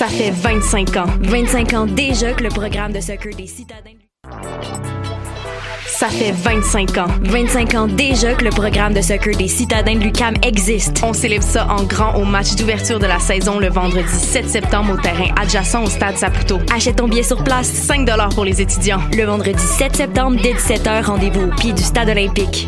Ça fait 25 ans. 25 ans déjà que le programme de soccer des Citadins... Ça fait 25 ans. 25 ans déjà que le programme de soccer des Citadins de l'UQAM existe. On célèbre ça en grand au match d'ouverture de la saison le vendredi 7 septembre au terrain adjacent au stade Saputo. Achète ton billet sur place, 5 $ pour les étudiants. Le vendredi 7 septembre dès 17h, rendez-vous au pied du stade olympique.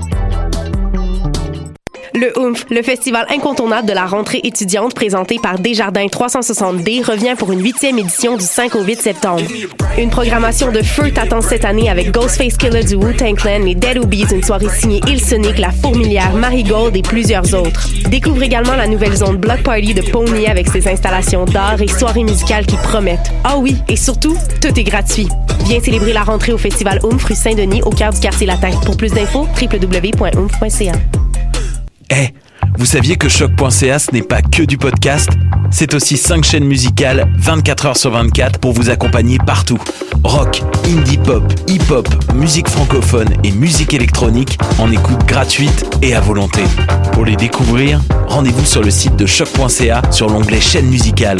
Le OOMF, le festival incontournable de la rentrée étudiante présenté par Desjardins 360D, revient pour une 8e édition du 5 au 8 septembre. Une programmation de feu t'attend cette année avec Ghostface Killah du Wu-Tang Clan, les Dead Obies, une soirée signée Ilsonic, La Fourmilière, Marigold et plusieurs autres. Découvre également la nouvelle zone Block Party de Pony avec ses installations d'art et soirées musicales qui promettent. Ah oui, et surtout, tout est gratuit. Viens célébrer la rentrée au festival OOMF rue Saint-Denis au cœur du quartier latin. Pour plus d'infos, www.oomf.ca. Vous saviez que Choc.ca, ce n'est pas que du podcast? C'est aussi 5 chaînes musicales, 24 heures sur 24, pour vous accompagner partout. Rock, indie pop, hip-hop, musique francophone et musique électronique en écoute gratuite et à volonté. Pour les découvrir, rendez-vous sur le site de Choc.ca sur l'onglet chaîne musicale.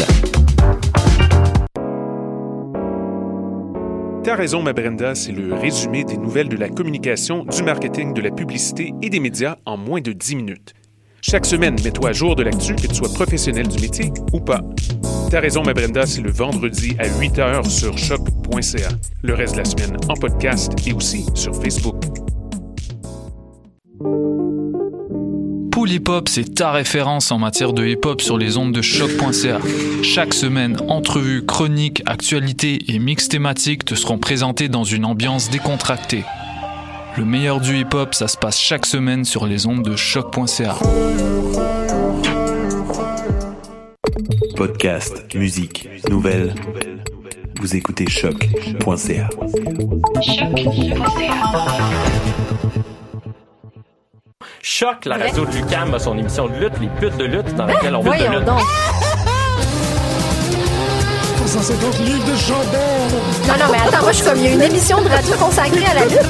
T'as raison, ma Brenda, c'est le résumé des nouvelles de la communication, du marketing, de la publicité et des médias en moins de 10 minutes. Chaque semaine, mets-toi à jour de l'actu, que tu sois professionnel du métier ou pas. T'as raison, ma Brenda, c'est le vendredi à 8h sur choc.ca. Le reste de la semaine en podcast et aussi sur Facebook. Pool Hip Hop, c'est ta référence en matière de hip-hop sur les ondes de choc.ca. Chaque semaine, entrevues, chroniques, actualités et mix thématiques te seront présentés dans une ambiance décontractée. Le meilleur du hip-hop, ça se passe chaque semaine sur les ondes de choc.ca. Podcast, musique, nouvelles. Vous écoutez choc.ca. Choc, la radio de l'UQAM a son émission de lutte, les putes de lutte, dans laquelle on veut de lutte. Donc. 150 livres de chandelle. Non, mais attends, moi, je suis comme, il y a une émission de radio consacrée à la lutte.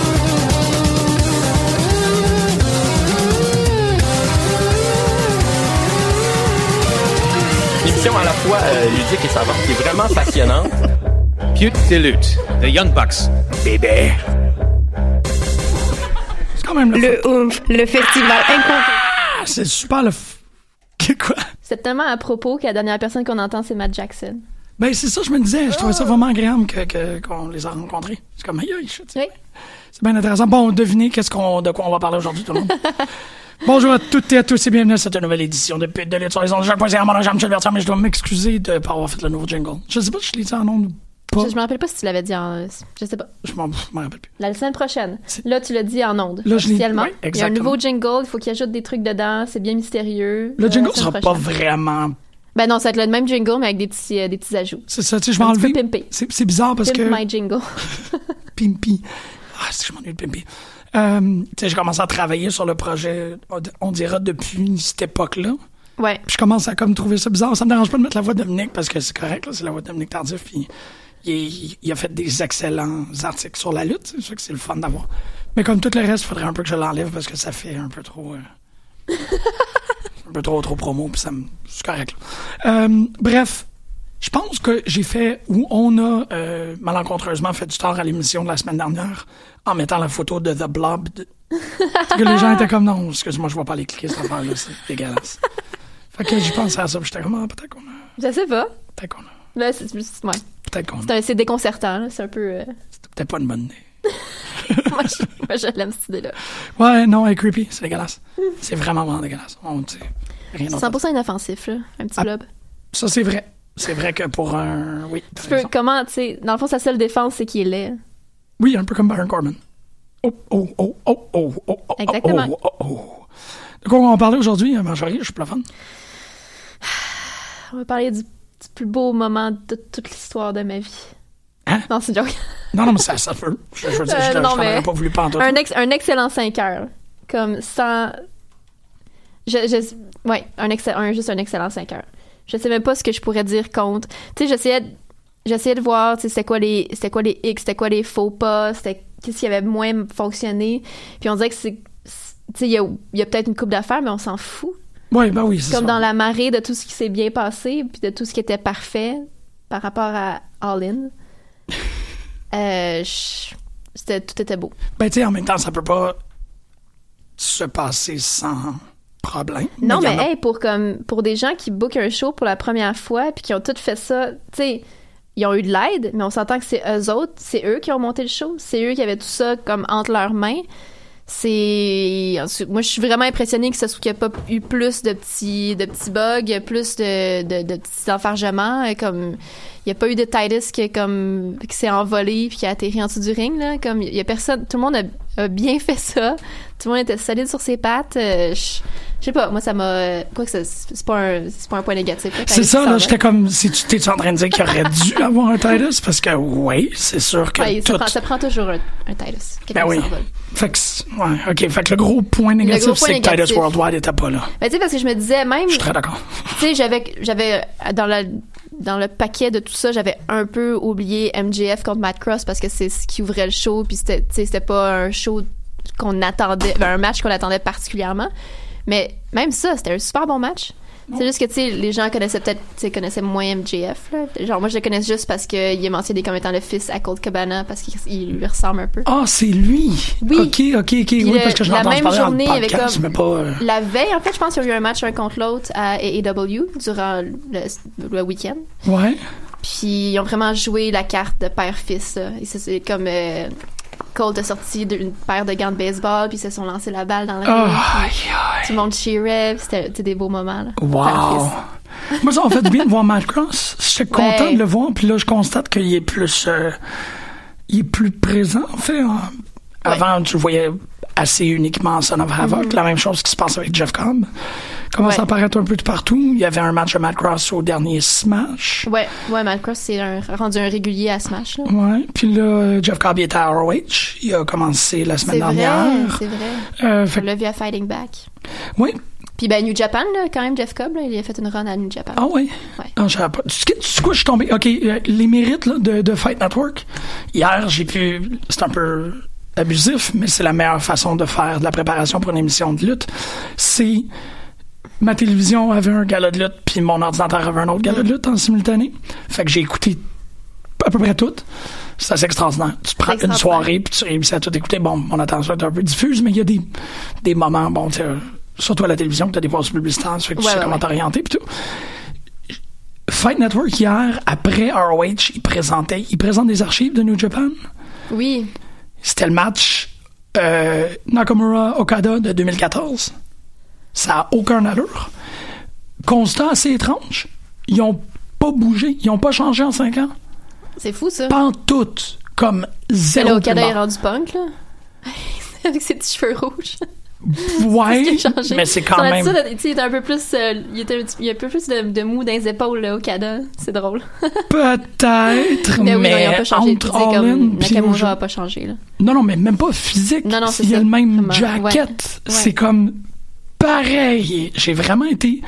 Émission à la fois ludique et savante, qui est vraiment passionnante. Pute de lutte, The Young Bucks. Bébé. C'est quand même le OOMF, le festival incontournable. C'est super le Quoi? C'est tellement à propos que la dernière personne qu'on entend, c'est Matt Jackson. Ben, c'est ça, je me disais. Je trouvais ça vraiment agréable qu'on les a rencontrés. C'est comme, aïe, oui. C'est bien intéressant. Bon, devinez de quoi on va parler aujourd'hui, tout le monde. Bonjour à toutes et à tous et bienvenue à cette nouvelle édition de Pute de lutte sur les ondes de Choc.ca. Mon nom est Jean-Michel Bertrand, mais je dois m'excuser de ne pas avoir fait le nouveau jingle. Je sais pas si je l'ai dit en ondes ou pas. Je me rappelle pas si tu l'avais dit en... Je sais pas. Je m'en rappelle plus. La semaine prochaine. Là, tu l'as dit en ondes. Là, officiellement. Oui, il y a un nouveau jingle, il faut qu'il ajoute des trucs dedans. C'est bien mystérieux. Le jingle sera pas vraiment... Ben non, ça va être le même jingle, mais avec des petits ajouts. C'est ça, tu sais, je vais enlever... C'est bizarre parce que... Pimp my jingle. Pimpy. Ah, c'est que je m'ennuie de Pimpy. Tu sais, j'ai commencé à travailler sur le projet, on dira, depuis cette époque-là. Ouais. Puis je commence à comme trouver ça bizarre. Ça me dérange pas de mettre la voix de Dominique parce que c'est correct, là, c'est la voix de Dominique Tardif. Puis il a fait des excellents articles sur la lutte. C'est sûr que c'est le fun d'avoir. Mais comme tout le reste, il faudrait un peu que je l'enlève parce que ça fait un peu trop... un peu trop promo, puis c'est correct. Bref, je pense que j'ai fait, ou on a malencontreusement fait du tort à l'émission de la semaine dernière en mettant la photo de The Blob. Que les gens étaient comme, non, excuse-moi, je vais pas aller cliquer cette affaire-là, c'est dégueulasse. Fait que j'y pensais à ça, puis j'étais comme, peut-être qu'on a... Je sais pas. Peut-être qu'on a... Là, ouais. Peut-être qu'on a... C'est déconcertant, là. C'est un peu... C'était peut-être pas une bonne idée. moi, je l'aime, cette idée-là. Ouais, non, elle est creepy, c'est dégueulasse. C'est vraiment dégueulasse. C'est 100% inoffensif, là, un petit blob. Ça, c'est vrai. C'est vrai que pour un... Oui, comment, tu sais, dans le fond, sa seule défense, c'est qu'il est laid. Oui, un peu comme Baron Corbin. Exactement. De quoi on va parler aujourd'hui, Marjorie? Je suis pas fun. On va parler du plus beau moment de toute l'histoire de ma vie. Hein? Non, c'est une joke. Non, mais ça peut. Je veux dire, je n'aurais pas voulu pantoute. Un excellent 5 heures. Comme sans... Ouais, juste un excellent 5 heures. Je sais même pas ce que je pourrais dire contre. Tu sais, j'essayais de voir, tu sais, c'était quoi les X, c'était quoi les faux pas, qu'est-ce qui avait moins fonctionné. Puis on dirait que tu sais, il y a peut-être une couple d'affaires, mais on s'en fout. Oui, ben oui, c'est comme ça. dans la marée de tout ce qui s'est bien passé, puis de tout ce qui était parfait par rapport à All In. Tout était beau. Ben, tu sais, en même temps, ça peut pas se passer sans problème. Non, mais hey, pour des gens qui bookent un show pour la première fois puis qui ont tout fait ça, tu sais, ils ont eu de l'aide, mais on s'entend que c'est eux qui ont monté le show, c'est eux qui avaient tout ça comme entre leurs mains. Moi, je suis vraiment impressionnée qu'il n'y ait pas eu plus de petits bugs, plus de petits enfargements, comme il n'y a pas eu de Titus qui s'est envolé puis qui a atterri en dessous du ring, là, comme il y a personne, tout le monde a bien fait ça, tout le monde était solide sur ses pattes. Je sais pas, moi ça m'a, quoi que c'est pas un point négatif. Là, c'est ça, là, j'étais comme, si tu t'es en train de dire qu'il aurait dû avoir un Titus, parce que oui, c'est sûr que ça prend toujours un Titus. Ben oui. Fait que, fait que le gros point négatif, c'est que Titus Worldwide était pas là. Ben tu sais, parce que je me disais même... Je suis très d'accord. Tu sais, j'avais dans le paquet de tout ça, j'avais un peu oublié MJF contre Matt Cross parce que c'est ce qui ouvrait le show, puis c'était pas un show qu'on attendait, un match qu'on attendait particulièrement. Mais même ça, c'était un super bon match. C'est juste que, tu sais, les gens connaissaient moins MJF, là. Genre, moi, je le connais juste parce qu'il est mentionné comme étant le fils à Colt Cabana, parce qu'il lui ressemble un peu. Ah, c'est lui! Oui. OK. Oui, parce que je l'entends parler dans le podcast, mais pas... La veille, en fait, je pense qu'il y a eu un match un contre l'autre à AEW durant le week-end. Ouais. Puis, ils ont vraiment joué la carte de père-fils, là. Et c'est comme... Colt a sorti une paire de gants de baseball, puis ils se sont lancés la balle dans le ring. Tout le monde cheerait, c'était des beaux moments. Là. Wow! Moi, ça m'a fait du bien de voir Matt Cross. J'étais content de le voir, puis là, je constate qu'il est plus... il est plus présent, en fait. Avant, tu le voyais assez uniquement Son of Havoc. La même chose qui se passe avec Jeff Cobb. Commence à apparaître un peu de partout. Il y avait un match de Matt Cross au dernier Smash. Ouais, Matt Cross s'est rendu un régulier à Smash. Là. Ouais, puis là, Jeff Cobb était à ROH. Il a commencé la semaine dernière. C'est vrai. On l'a vu à Fighting Back. Oui. Puis New Japan, là, quand même, Jeff Cobb, là, il a fait une run à New Japan. Ah oui? Ouais. Non, je savais pas. Tu sais quoi, je suis tombé... OK, les mérites là, de Fight Network. Hier, j'ai pu... C'est un peu abusif, mais c'est la meilleure façon de faire de la préparation pour une émission de lutte. C'est... Ma télévision avait un gala de lutte, puis mon ordinateur avait un autre gala de lutte en simultané. Fait que j'ai écouté à peu près tout. C'est assez extraordinaire. Tu prends une soirée, puis tu réussis à tout écouter. Bon, mon attention est un peu diffuse, mais il y a des moments, bon, surtout à la télévision, que tu as des pauses publicitaires, ça fait que tu sais comment t'orienter, puis tout. Fight Network, hier, après ROH, il présente des archives de New Japan. Oui. C'était le match Nakamura-Okada de 2014. Ça n'a aucun allure. Constat assez étrange. Ils n'ont pas bougé. Ils n'ont pas changé en 5 ans. C'est fou, ça. Pantoute. Comme zéro. Okada est rendu punk, là. Avec ses petits cheveux rouges. Ouais, mais c'est quand même... Il était un peu plus... il y a un peu plus de mou dans les épaules, là, Okada. C'est drôle. Peut-être, mais oui, non, ils n'ont pas changé. Entre All-In... Nakamura n'a pas changé, là. Non, mais même pas physique. Non, c'est il y a ça. le même Vraiment. jacket. Ouais. C'est comme... Pareil. J'ai vraiment été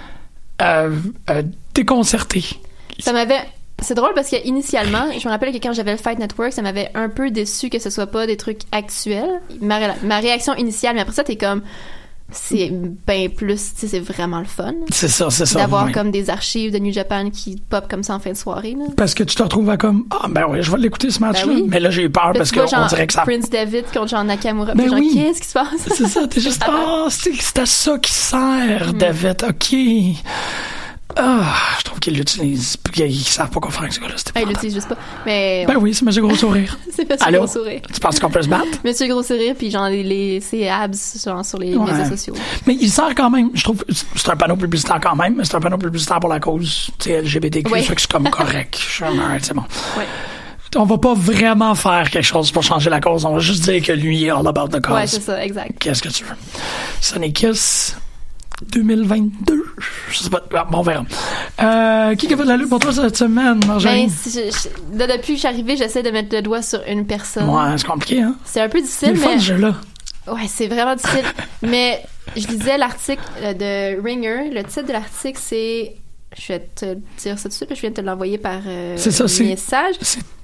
déconcerté. Ça m'avait... C'est drôle parce qu'initialement, je me rappelle que quand j'avais le Fight Network, ça m'avait un peu déçu que ce soit pas des trucs actuels. Ma réaction initiale, mais après ça, t'es comme... C'est bien plus... Tu sais, c'est vraiment le fun. C'est ça. D'avoir comme des archives de New Japan qui pop comme ça en fin de soirée. Là. Parce que tu te retrouves à comme... Ah, ben oui, je vais l'écouter ce match-là. Ben oui. Mais là, j'ai eu peur parce qu'on dirait que ça... Prince David contre Jean Nakamura. Ben genre, oui. Qu'est-ce qui se passe? C'est ça, t'es juste... c'est à ça qui sert, David. OK. Je trouve qu'ils l'utilisent. Ils savent pas quoi faire avec ce gars-là. Ils l'utilisent juste pas. Mais, ben oui, c'est Monsieur Gros Sourire. C'est Monsieur Gros Sourire. Tu penses qu'on peut se battre? Monsieur Gros Sourire, puis genre ses abs genre, sur les réseaux sociaux. Mais il sert quand même. Je trouve c'est un panneau publicitaire quand même, mais c'est un panneau publicitaire pour la cause LGBTQ. Oui. Fait que c'est comme correct. C'est bon. Oui. On va pas vraiment faire quelque chose pour changer la cause. On va juste dire que lui est all about the cause. Ouais, c'est ça, exact. Qu'est-ce que tu veux? Sonic Kiss 2022. Je sais pas. Bon, on verra. Qui a fait de la lutte pour toi cette semaine, Marjorie? Depuis que je suis arrivée, j'essaie de mettre le doigt sur une personne. Ouais, c'est compliqué, hein? C'est un peu difficile, mais... C'est le fun, ce jeu-là. Ouais, c'est vraiment difficile. Mais je lisais l'article de Ringer. Le titre de l'article, c'est... Je vais te dire ça tout de suite, je viens de te l'envoyer par message.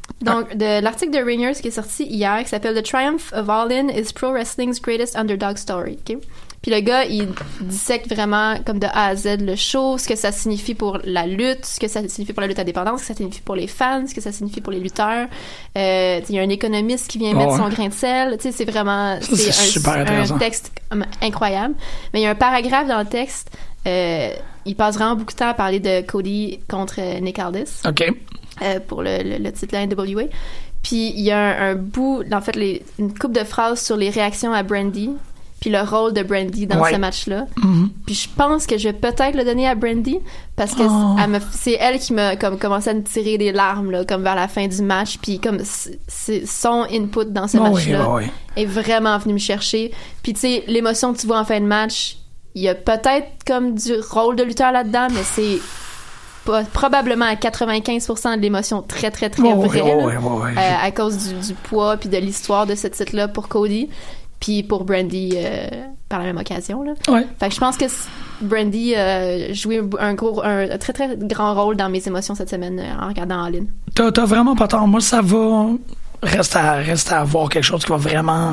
Donc, de l'article de Ringers qui est sorti hier, qui s'appelle The Triumph of All In is Pro Wrestling's Greatest Underdog Story. Okay? Puis le gars, il dissecte vraiment comme de A à Z le show, ce que ça signifie pour la lutte, ce que ça signifie pour la lutte indépendante, ce que ça signifie pour les fans, ce que ça signifie pour les lutteurs. Il y a un économiste qui vient mettre son grain de sel. Tu sais, c'est vraiment c'est un texte incroyable. Mais il y a un paragraphe dans le texte. Il passe vraiment beaucoup de temps à parler de Cody contre Nick Aldis. OK. Pour le titre de la NWA. Puis il y a un bout, en fait, une couple de phrases sur les réactions à Brandi, puis le rôle de Brandi dans ce match-là. Mm-hmm. Puis je pense que je vais peut-être le donner à Brandi, parce que c'est elle qui m'a comme commencé à me tirer des larmes là, comme vers la fin du match. Puis comme c'est son input dans ce match-là est vraiment venu me chercher. Puis tu sais, l'émotion que tu vois en fin de match, il y a peut-être comme du rôle de lutteur là-dedans, mais c'est probablement à 95% de l'émotion très très très vraie à cause du poids puis de l'histoire de ce titre-là pour Cody puis pour Brandi par la même occasion là. Fait que je pense que Brandi jouait un très très grand rôle dans mes émotions cette semaine en regardant All In. T'as vraiment pas tort. Moi ça va reste à voir quelque chose qui va vraiment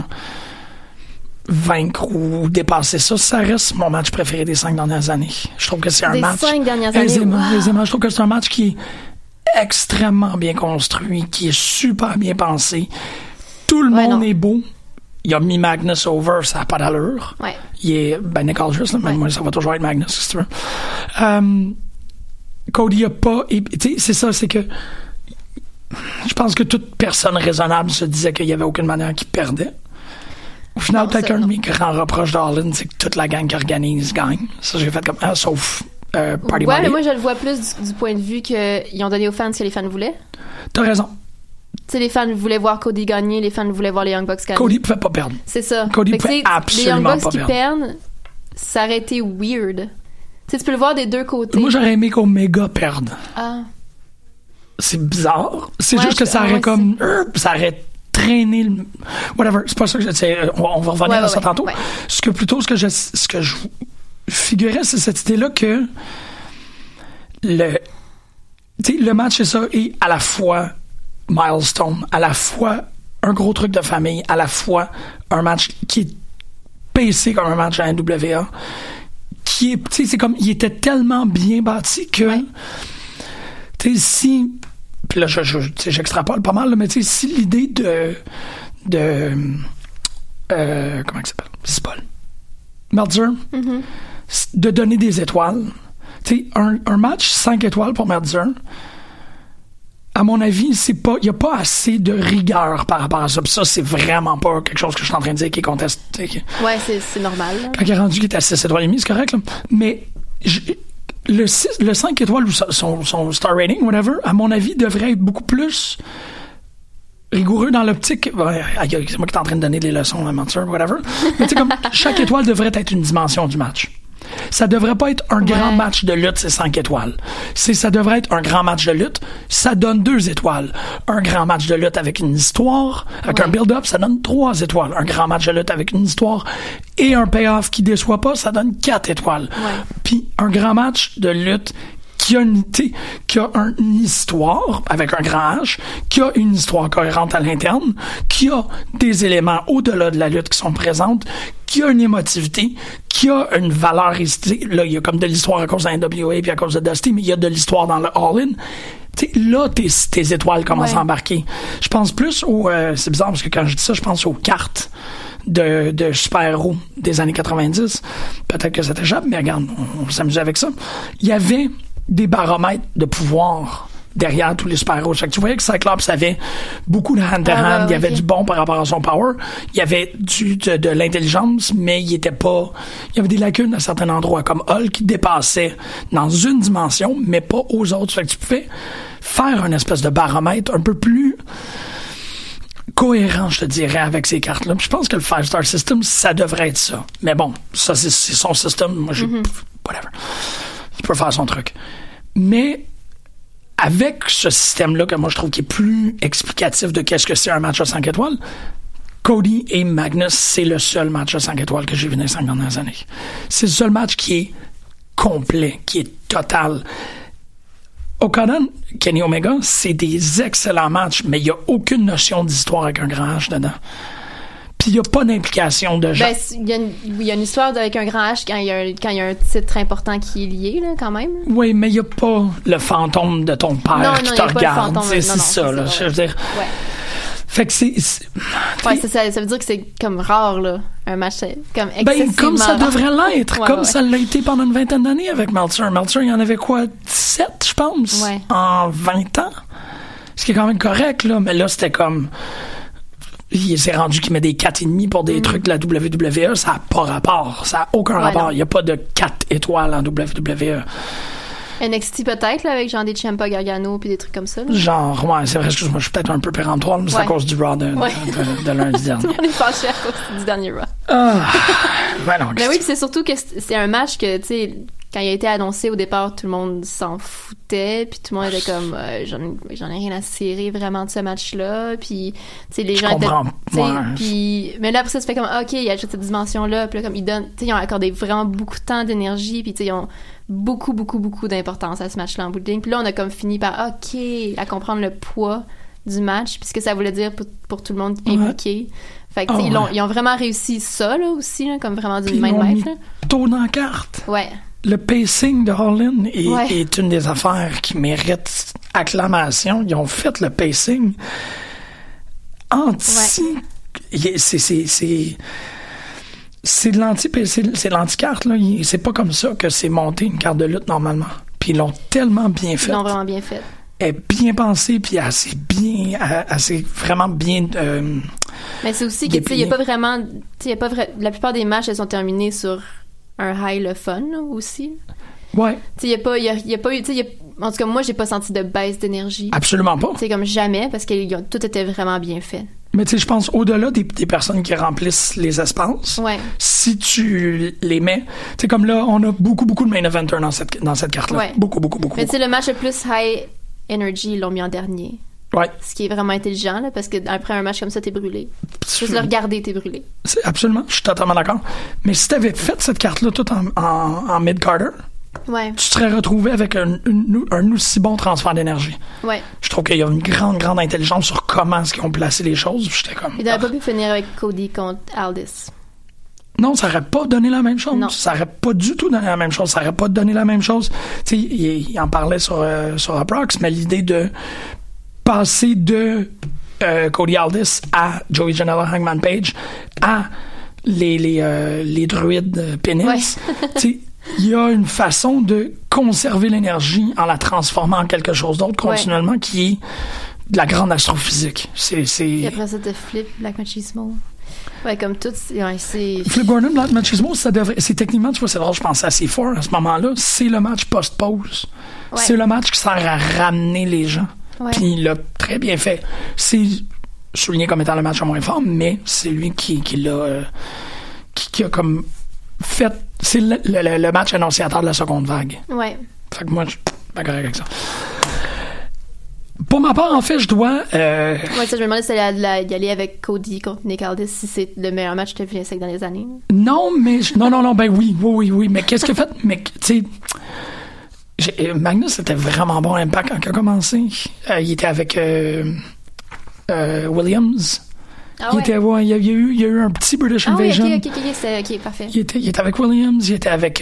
vaincre ou dépasser ça. Ça reste mon match préféré des 5 dernières années. Je trouve que c'est un match... Des 5 dernières années? Aisément. Je trouve que c'est un match qui est extrêmement bien construit, qui est super bien pensé. Tout le monde est beau. Il a mis Magnus over, ça n'a pas d'allure. Ouais. Il est... Nick Aldis, mais moi, ça va toujours être Magnus, si tu veux. Cody a pas... Tu sais, c'est ça, c'est que... Je pense que toute personne raisonnable se disait qu'il y avait aucune manière qu'il perdait. Au final, peut-être qu'un de mes grands reproches d'All In, c'est que toute la gang qui organise gagne. Ça, j'ai fait comme sauf Party Money. Mais moi, je le vois plus du point de vue qu'ils ont donné aux fans ce que les fans voulaient. T'as raison. Tu sais, les fans voulaient voir Cody gagner, les fans voulaient voir les Young Bucks gagner. Cody pouvait pas perdre. C'est ça. Cody pouvait absolument pas perdre. Les Young Bucks qui perdent, ça aurait été weird. Tu sais, tu peux le voir des deux côtés. Moi, j'aurais aimé qu'Omega perde. Ah. C'est bizarre. C'est juste que ça aurait comme... ça aurait traîné le... Whatever. C'est pas ça que je sais. On va revenir à ça tantôt. Ouais. Ce que je figurais, c'est cette idée-là que le match, c'est ça, et à la fois milestone, à la fois un gros truc de famille, à la fois un match qui est pacé comme un match à NWA, qui est, tu sais, c'est comme, il était tellement bien bâti que, tu sais, si... Puis là, j'extrapole pas mal, là, mais tu sais, si l'idée comment il s'appelle? C'est Paul. Meltzer, de donner des étoiles. Tu sais, un match 5 étoiles pour Meltzer, à mon avis, il n'y a pas assez de rigueur par rapport à ça. Puis ça, c'est vraiment pas quelque chose que je suis en train de dire qui est contesté. Ouais, c'est normal. Là. Quand il est rendu qu'il est à 6 étoiles et demi, c'est correct, là. Mais... Le 5 étoiles ou son star rating, whatever, à mon avis, devrait être beaucoup plus rigoureux dans l'optique. C'est moi qui est en train de donner des leçons à Meltzer, whatever. Mais tu sais, comme chaque étoile devrait être une dimension du match. Ça devrait pas être un grand match de lutte, c'est 5 étoiles. Ça devrait être un grand match de lutte, ça donne 2 étoiles. Un grand match de lutte avec une histoire, avec un build-up, ça donne 3 étoiles. Un grand match de lutte avec une histoire et un payoff qui déçoit pas, ça donne 4 étoiles. Puis un grand match de lutte qui a une histoire avec un grand H, qui a une histoire cohérente à l'interne, qui a des éléments au-delà de la lutte qui sont présentes, qui a une émotivité, qui a une valeur. Là, il y a comme de l'histoire à cause de NWA puis à cause de Dusty, mais il y a de l'histoire dans le All-In. T'sais, là, tes étoiles commencent à embarquer. Je pense plus c'est bizarre parce que quand je dis ça, je pense aux cartes de super-héros des années 90. Peut-être que ça t'échappe, mais regarde, on s'amusait avec ça. Il y avait des baromètres de pouvoir derrière tous les super-héros. Fait que tu voyais que Cyclops avait beaucoup de hand-to-hand. Il y avait du bon par rapport à son power. Il y avait de l'intelligence, mais il y avait des lacunes à certains endroits, comme Hulk qui dépassait dans une dimension, mais pas aux autres. Fait que tu pouvais faire une espèce de baromètre un peu plus cohérent, je te dirais, avec ces cartes-là. Je pense que le 5-star system, ça devrait être ça. Mais bon, ça, c'est son système. Moi, whatever. Il peut faire son truc. Mais avec ce système-là, que moi je trouve qui est plus explicatif de qu'est-ce que c'est un match à 5 étoiles, Cody et Magnus, c'est le seul match à 5 étoiles que j'ai vu dans les 5 dernières années. C'est le seul match qui est complet, qui est total. Okada, Kenny Omega, c'est des excellents matchs, mais il n'y a aucune notion d'histoire avec un grand H dedans. Puis il n'y a pas d'implication de gens. Ben, il y a une histoire avec un grand H quand il y a un titre important qui est lié, là, quand même. Oui, mais il n'y a pas le fantôme de ton père qui te regarde. C'est ça, là. Je veux dire. Ouais. Fait que c'est ouais, ça veut dire que c'est comme rare, là, un match comme excessivement comme ça rare. devrait l'être, comme ça l'a été pendant une vingtaine d'années avec Meltzer. Meltzer, il y en avait quoi, 17, je pense, en 20 ans? Ce qui est quand même correct, là, mais là, c'était comme... Il s'est rendu qu'il met des 4,5 pour des trucs de la WWE, ça n'a pas rapport, ça n'a aucun rapport. Il n'y a pas de 4 étoiles en WWE. NXT peut-être, là, avec genre des Ciampa Gargano puis des trucs comme ça. Là. Genre, ouais, c'est vrai, excuse-moi, je suis peut-être un peu péremptoire, mais c'est à cause du Raw de lundi dernier. Tout le monde est fâché à cause du dernier Raw. Ben non, mais oui, c'est surtout que c'est un match que, tu sais, quand il a été annoncé au départ, tout le monde s'en foutait, puis tout le monde était comme j'en ai rien à cirer vraiment de ce match-là, puis tu sais les gens étaient puis mais là après ça se fait comme OK, il y a juste cette dimension-là, puis là comme ils donnent, tu sais ils ont accordé vraiment beaucoup de temps, d'énergie, puis tu sais ils ont beaucoup d'importance à ce match-là en bout de ligne. Puis là on a comme fini par OK, à comprendre le poids du match, puis ce que ça voulait dire pour tout le monde impliqué. Fait que ils ont vraiment réussi ça là aussi là, comme vraiment d'une main de maître. Tôt dans la carte. Ouais. Le pacing de All In est une des affaires qui mérite acclamation. Ils ont fait le pacing anti... C'est de l'anti-carte, là. C'est pas comme ça que c'est monté une carte de lutte normalement. Puis ils l'ont tellement bien fait. Ils l'ont vraiment bien fait. Elle est bien pensée, puis assez vraiment bien... Mais c'est aussi que, tu sais, il y a pas vraiment... la plupart des matchs, elles sont terminées sur un high le fun, là, aussi. Ouais. Tu sais, il y a pas eu... En tout cas, moi, j'ai pas senti de baisse d'énergie. Absolument pas. C'est comme jamais, parce que tout était vraiment bien fait. Mais tu sais, je pense, au-delà des personnes qui remplissent les espaces, si tu les mets... Tu sais, comme là, on a beaucoup de main eventers dans cette carte-là. Ouais. Beaucoup. Mais tu sais, le match le plus high energy, ils l'ont mis en dernier. Ouais. Ce qui est vraiment intelligent, là, parce que après un match comme ça, t'es brûlé. Juste le regarder, t'es brûlé. C'est absolument, je suis totalement d'accord. Mais si t'avais fait cette carte-là toute en mid-carder, tu serais retrouvé avec un aussi bon transfert d'énergie. Ouais. Je trouve qu'il y a une grande intelligence sur comment est-ce qu'ils ont placé les choses. J'étais comme... Il n'aurait pas pu finir avec Cody contre Aldis. Non, ça n'aurait pas donné la même chose. Non. Ça n'aurait pas du tout donné la même chose. Ça n'aurait pas donné la même chose. Tu sais, il en parlait sur Uproxx, mais l'idée de passer de Cody Aldis à Joey Janela Hangman Page à les druides pénis. Tu sais, il y a une façon de conserver l'énergie en la transformant en quelque chose d'autre continuellement qui est de la grande astrophysique. Et après ça, t'as Flip, Black Machismo. Ouais, comme tout, c'est... Flip Gordon, Black Machismo, c'est techniquement, tu vois, c'est drôle, je pensais à C4 à ce moment-là, c'est le match post-pause. Ouais. C'est le match qui sert à ramener les gens. Ouais. Puis il l'a très bien fait. C'est souligné comme étant le match le moins fort, mais c'est lui qui l'a... qui a comme fait... C'est le match annonciateur de la seconde vague. Ouais. Fait que moi, je suis pas correct avec ça. Pour ma part, en fait, je dois... Ouais, ça, je me demandais si t'allais y aller avec Cody contre Nick Aldis, si c'est le meilleur match que tu as vu dans les années. Non, mais... Non, ben oui. Mais qu'est-ce que fait... Mais, tu sais... Magnus était vraiment bon à Impact quand il a commencé. Il était avec Williams. Ah ouais. Il y a eu un petit British Invasion. Oui, ok, parfait. Il était avec Williams, il était avec...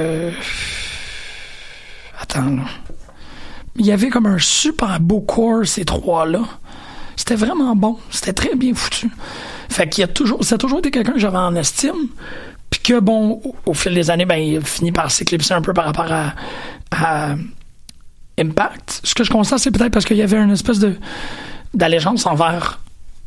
Attends, là. Il y avait comme un super beau corps, ces trois-là. C'était vraiment bon. C'était très bien foutu. Fait qu'il ça a toujours été quelqu'un que j'avais en estime. Puis que, bon, au fil des années, ben, il a fini par s'éclipser un peu par rapport à Impact. Ce que je constate, c'est peut-être parce qu'il y avait une espèce d'allégeance envers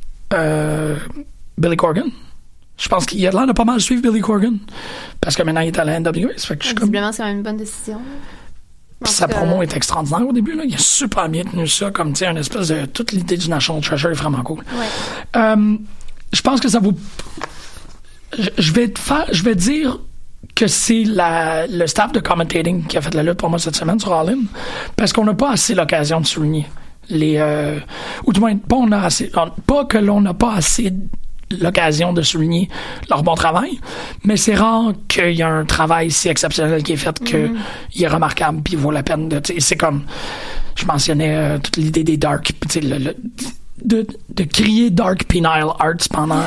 Billy Corgan. Je pense qu'il a l'air de pas mal suivre Billy Corgan. Parce que maintenant, il est à la NWA. Visiblement, c'est quand même une bonne décision. Sa promo est extraordinaire au début, là. Il a super bien tenu ça, comme, tu sais, une espèce de... Toute l'idée du National Treasure est vraiment cool. Ouais. Je pense que ça vaut... Je vais dire que c'est le staff de commentating qui a fait la lutte pour moi cette semaine sur All In, parce qu'on n'a pas assez l'occasion de souligner ou du moins, pas que l'on n'a pas assez l'occasion de souligner leur bon travail, mais c'est rare qu'il y a un travail si exceptionnel qui est fait que il est remarquable puis il vaut la peine de... C'est comme... je mentionnais toute l'idée des dark, tu sais, de crier dark penile arts pendant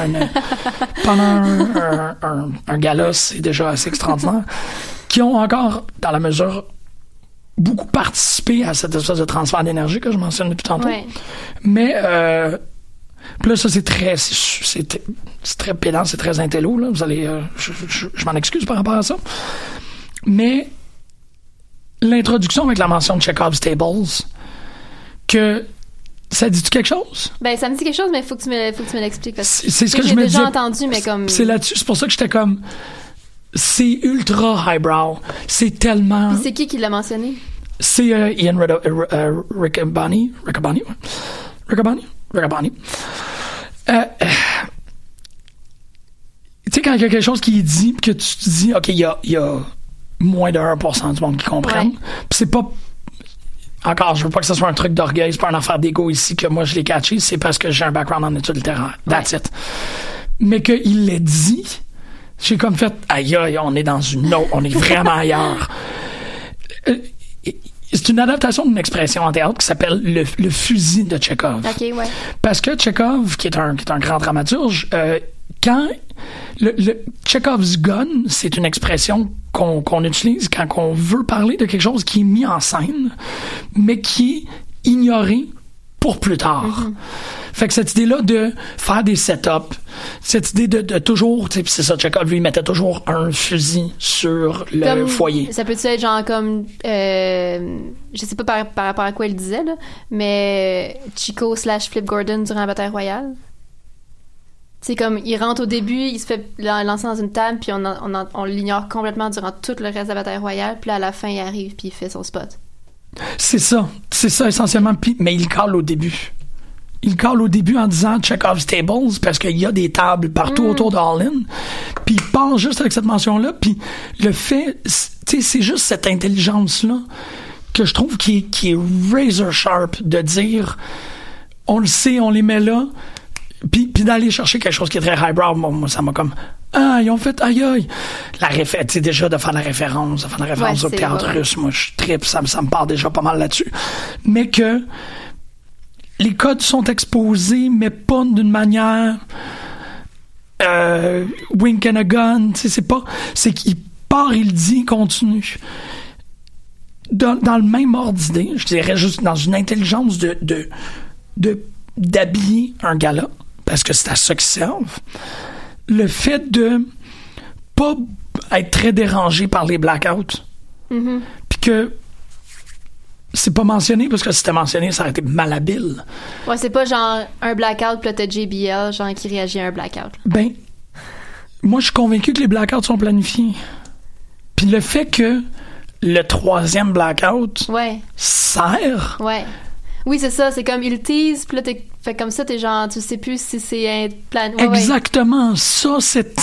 un gala, c'est déjà assez extraordinaire, qui ont encore, dans la mesure, beaucoup participé à cette espèce de transfert d'énergie que je mentionne depuis tantôt. Ouais. Mais puis là, ça, c'est très pédant, c'est très intello, là. Vous allez, je m'en excuse par rapport à ça. Mais l'introduction avec la mention de Chekhov's Tables, que ça dit-tu quelque chose? Ben, ça me dit quelque chose, mais faut que tu me l'expliques. C'est ce que j'ai déjà entendu, mais comme... C'est là-dessus, c'est pour ça que j'étais comme... C'est ultra highbrow. C'est tellement... Puis c'est qui l'a mentionné? C'est Ian Riccaboni. Tu sais, quand il y a quelque chose qui est dit, puis que tu te dis, OK, il y a moins de 1% du monde qui comprennent. Ouais. Puis c'est pas... Encore, je veux pas que ce soit un truc d'orgueil, c'est pas une affaire d'ego ici que moi je l'ai catché, c'est parce que j'ai un background en études littéraires. That's it. Mais qu'il l'ait dit, j'ai comme fait, aïe, on est dans une autre, on est vraiment ailleurs. C'est une adaptation d'une expression en théâtre qui s'appelle le fusil de Tchekhov. OK, ouais. Parce que Tchekhov, qui est un grand dramaturge, quand le Tchekhov's gun, c'est une expression qu'on utilise quand on veut parler de quelque chose qui est mis en scène, mais qui est ignoré pour plus tard. Mm-hmm. Fait que cette idée-là de faire des setups, cette idée de toujours, tu sais, c'est ça, Tchekhov, lui, mettait toujours un fusil sur le comme, foyer. Ça peut-tu être genre comme, je sais pas par rapport à quoi il disait, là, mais Chico / Flip Gordon durant la bataille royale? C'est comme, il rentre au début, il se fait lancer dans une table, puis on l'ignore complètement durant tout le reste de la bataille royale, puis là, à la fin, il arrive, puis il fait son spot. C'est ça essentiellement, mais il cale au début. Il cale au début en disant Chekhov's Tables, parce qu'il y a des tables partout autour de All-In, puis il part juste avec cette mention-là, puis le fait, tu sais, c'est juste cette intelligence-là que je trouve qui est razor sharp de dire, on le sait, on les met là, puis d'aller chercher quelque chose qui est très highbrow, moi ça m'a comme ils ont fait aïe tu sais, déjà de faire la référence au théâtre russe, moi je tripe, ça me parle déjà pas mal là-dessus, mais que les codes sont exposés mais pas d'une manière wink and a gun, tu sais, c'est qu'il part, il dit, il continue dans le même ordre d'idée, je dirais, juste dans une intelligence d'habiller un gala, parce que c'est à ça qu'ils servent. Le fait de pas être très dérangé par les blackouts. Mm-hmm. Puis que c'est pas mentionné, parce que si c'était mentionné, ça aurait été malhabile. Ouais, c'est pas genre un blackout, puis là t'as JBL, genre qui réagit à un blackout. Ben, moi je suis convaincu que les blackouts sont planifiés. Puis le fait que le 3e blackout sert... Ouais. Oui, c'est ça, c'est comme il tease, puis là t'es fait comme ça, t'es genre, tu sais plus si c'est un plan. Ouais, exactement, ça, cette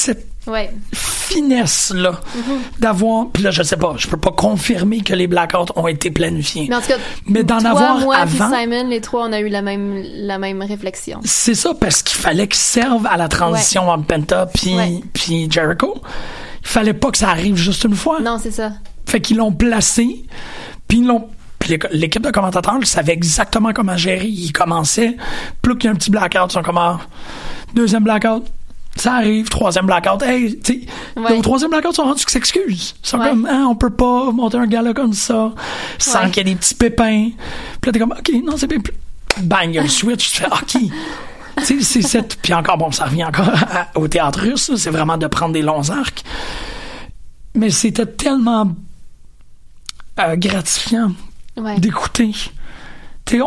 finesse-là d'avoir, puis là je sais pas, je peux pas confirmer que les blackouts ont été planifiés. Mais en tout cas, mais d'en avoir moi, avant. Puis Simon, les trois, on a eu la même réflexion. C'est ça, parce qu'il fallait qu'ils servent à la transition entre Penta puis Jericho. Il fallait pas que ça arrive juste une fois. Non, c'est ça. Fait qu'ils l'ont placé, puis l'équipe de commentateurs savait exactement comment gérer. Ils commençaient, plus qu'il y a un petit blackout, ils sont comme, 2e blackout, ça arrive, 3e blackout, hey, tu sais, au 3e blackout, ils sont rendus qu'ils s'excusent. Ils sont comme, on peut pas monter un gala comme ça, sans qu'il y ait des petits pépins. Puis là, t'es comme, OK, non, c'est bien. Bang, il y a le switch, tu fais, OK. Tu sais, c'est cette. Puis encore, bon, ça revient encore au théâtre russe, là, c'est vraiment de prendre des longs arcs. Mais c'était tellement gratifiant. D'écouter. Tu sais,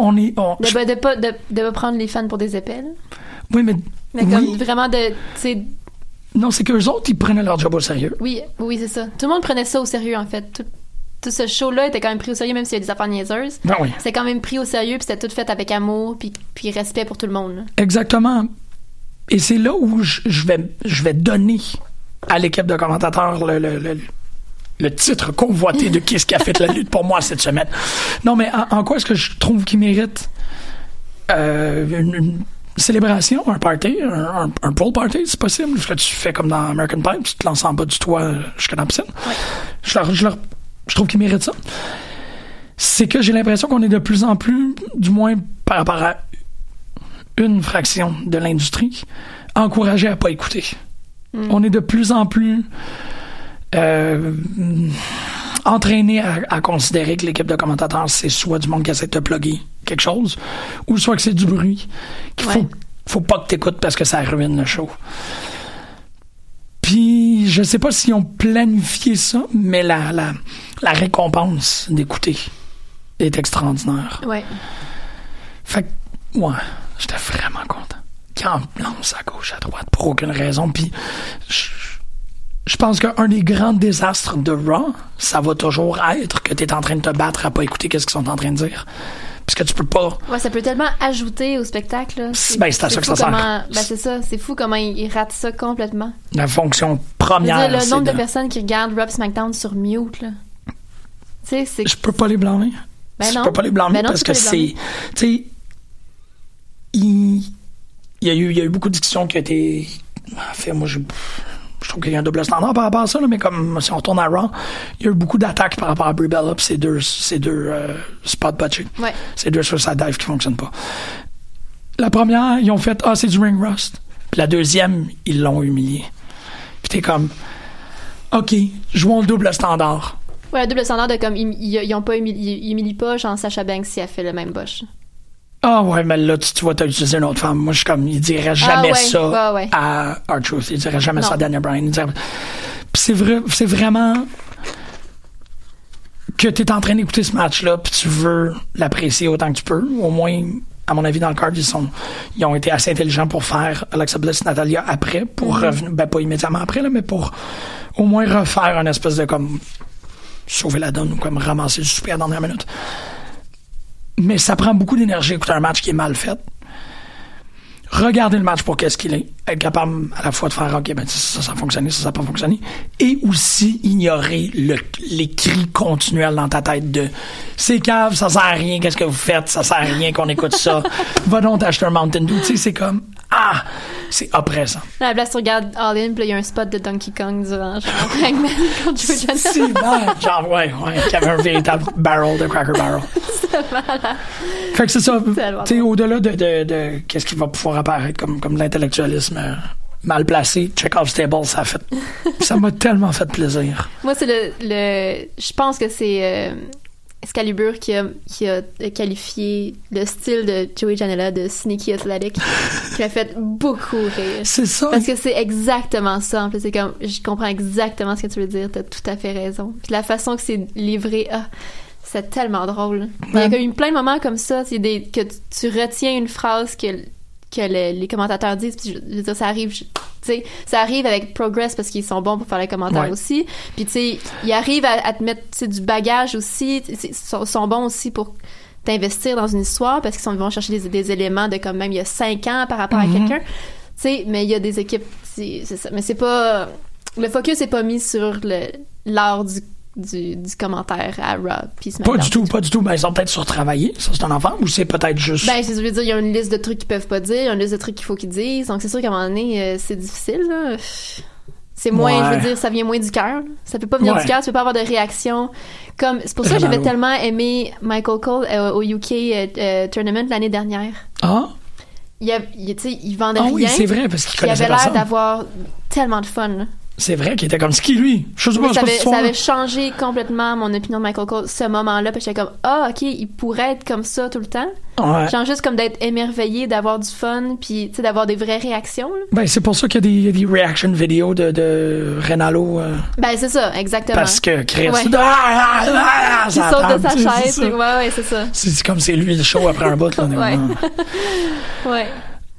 de pas prendre les fans pour des épées. Oui, mais comme vraiment de, tu non, c'est qu'eux autres, ils prenaient leur job au sérieux. Oui, c'est ça. Tout le monde prenait ça au sérieux, en fait. Tout ce show-là était quand même pris au sérieux, même s'il y a des affaires niaiseuses. Ben oui. C'était quand même pris au sérieux, puis c'était tout fait avec amour, puis respect pour tout le monde. Là. Exactement. Et c'est là où je vais donner à l'équipe de commentateurs le titre convoité de qu'est-ce qui a fait la lutte pour moi cette semaine. Non, mais en quoi est-ce que je trouve qu'il mérite une célébration, un party, un pool party, c'est possible. Là, tu fais comme dans American Pie, tu te lances en bas du toit jusqu'à la piscine. Ouais. Je trouve qu'il mérite ça. c'est que j'ai l'impression qu'on est de plus en plus, du moins par rapport à une fraction de l'industrie, encouragé à pas écouter. On est de plus en plus entraîné à considérer que l'équipe de commentateurs, c'est soit du monde qui essaie de te plugger quelque chose, ou soit que c'est du bruit qu'il faut pas que t'écoutes parce que ça ruine le show. Puis, je sais pas si on planifié ça, mais la récompense d'écouter est extraordinaire. Ouais. Fait que, ouais, j'étais vraiment content. Qui en lance à gauche, à droite, pour aucune raison. Puis, je pense qu'un des grands désastres de Raw, ça va toujours être que t'es en train de te battre à pas écouter qu'est-ce qu'ils sont en train de dire. Parce que tu peux pas... Ouais, ça peut tellement ajouter au spectacle. Là. C'est à ça que ça sert. Ben, c'est ça. C'est fou comment ils ratent ça complètement. La fonction première, le nombre de personnes qui regardent Raw SmackDown sur mute, là. Tu sais, c'est... Je peux pas les blâmer. Ben non. Je peux pas les blâmer parce que c'est... Tu sais... Il y a eu beaucoup de discussions qui ont été... En fait, moi, je trouve qu'il y a un double standard par rapport à ça, là, mais comme si on retourne à Raw, il y a eu beaucoup d'attaques par rapport à Brie Bella pis ces deux spot botching. Ouais. Ces deux suicide dive qui fonctionnent pas. La première, ils ont fait c'est du ring rust. Puis la deuxième, ils l'ont humilié. Puis t'es comme OK, jouons le double standard. Ouais, le double standard de comme ils ont pas ils humilient pas genre Sasha Banks si elle fait le même botch. Ah ouais, mais là, tu vas t'utiliser une autre femme. Moi, je suis comme, il dirait jamais ça à R-Truth. Il dirait jamais ça à Daniel Bryan. Puis c'est vraiment que t'es en train d'écouter ce match-là puis tu veux l'apprécier autant que tu peux. Au moins, à mon avis, dans le card, ils ont été assez intelligents pour faire Alexa Bliss, Natalia après, pour revenir, ben pas immédiatement après, là, mais pour au moins refaire une espèce de comme sauver la donne ou comme ramasser le souper à la dernière minute. Mais ça prend beaucoup d'énergie écouter un match qui est mal fait. Regarder le match pour qu'est-ce qu'il est. Être capable à la fois de faire OK, ben ça a fonctionné, ça n'a pas fonctionné. Et aussi ignorer les cris continuels dans ta tête de c'est cave, ça sert à rien, qu'est-ce que vous faites, ça sert à rien qu'on écoute ça. Va donc t'acheter un Mountain Dew. Tu sais, c'est comme c'est oppressant. À la place, tu regardes All In, puis il y a un spot de Donkey Kong durant genre Hangman contre Joey Janela. C'est mal. Genre, ouais, qui avait un véritable barrel de Cracker Barrel. C'est malade. Fait que c'est ça. Tu sais, au-delà de qu'est-ce qui va pouvoir apparaître comme l'intellectualisme mal placé, Chekhov's Table, ça m'a tellement fait plaisir. Moi, c'est je pense que c'est Excalibur qui a qualifié le style de Joey Janela de sneaky athletic, qui m'a fait beaucoup rire. C'est ça. Parce que c'est exactement ça. En plus, c'est comme, je comprends exactement ce que tu veux dire. T'as tout à fait raison. Puis la façon que c'est livré, c'est tellement drôle. Il y a eu plein de moments comme ça, que tu retiens une phrase que les commentateurs disent. Puis je veux dire, ça arrive. T'sais, ça arrive avec Progress parce qu'ils sont bons pour faire les commentaires aussi. Puis tu sais, ils arrivent à te mettre du bagage aussi. Ils sont bons aussi pour t'investir dans une histoire parce qu'ils vont chercher des éléments de comme même il y a 5 ans par rapport à quelqu'un. Tu sais, mais il y a des équipes, c'est ça. Mais c'est pas, le focus n'est pas mis sur l'art du commentaire à Raw. Pas du tout. Ben, ils sont peut-être surtravaillés. Ça, c'est un enfant. Ou c'est peut-être juste... Ben, je veux dire, il y a une liste de trucs qu'ils peuvent pas dire, il y a une liste de trucs qu'il faut qu'ils disent. Donc, c'est sûr qu'à un moment donné, c'est difficile, là. C'est moins, je veux dire, ça vient moins du cœur. Ça peut pas venir du cœur, tu peux pas avoir de réaction. C'est pour ça que j'avais tellement aimé Michael Cole au UK Tournament l'année dernière. Ah? Il vendait rien. Oui, c'est vrai, parce qu'il connaissait avait l'air d'avoir tellement de fun, là. C'est vrai qu'il était comme ski, lui. Je sais pas, ça avait changé complètement mon opinion de Michael Cole, ce moment-là. Puis j'étais comme, OK, il pourrait être comme ça tout le temps. Ouais. Genre juste comme d'être émerveillé, d'avoir du fun, puis tu sais, d'avoir des vraies réactions. Là. Ben, c'est pour ça qu'il y a des reaction vidéos de Renalo. Ben, c'est ça, exactement. Parce que Chris... Il saute de sa chaise. Ouais, c'est ça. C'est comme c'est lui le show après un bout. Là, ouais.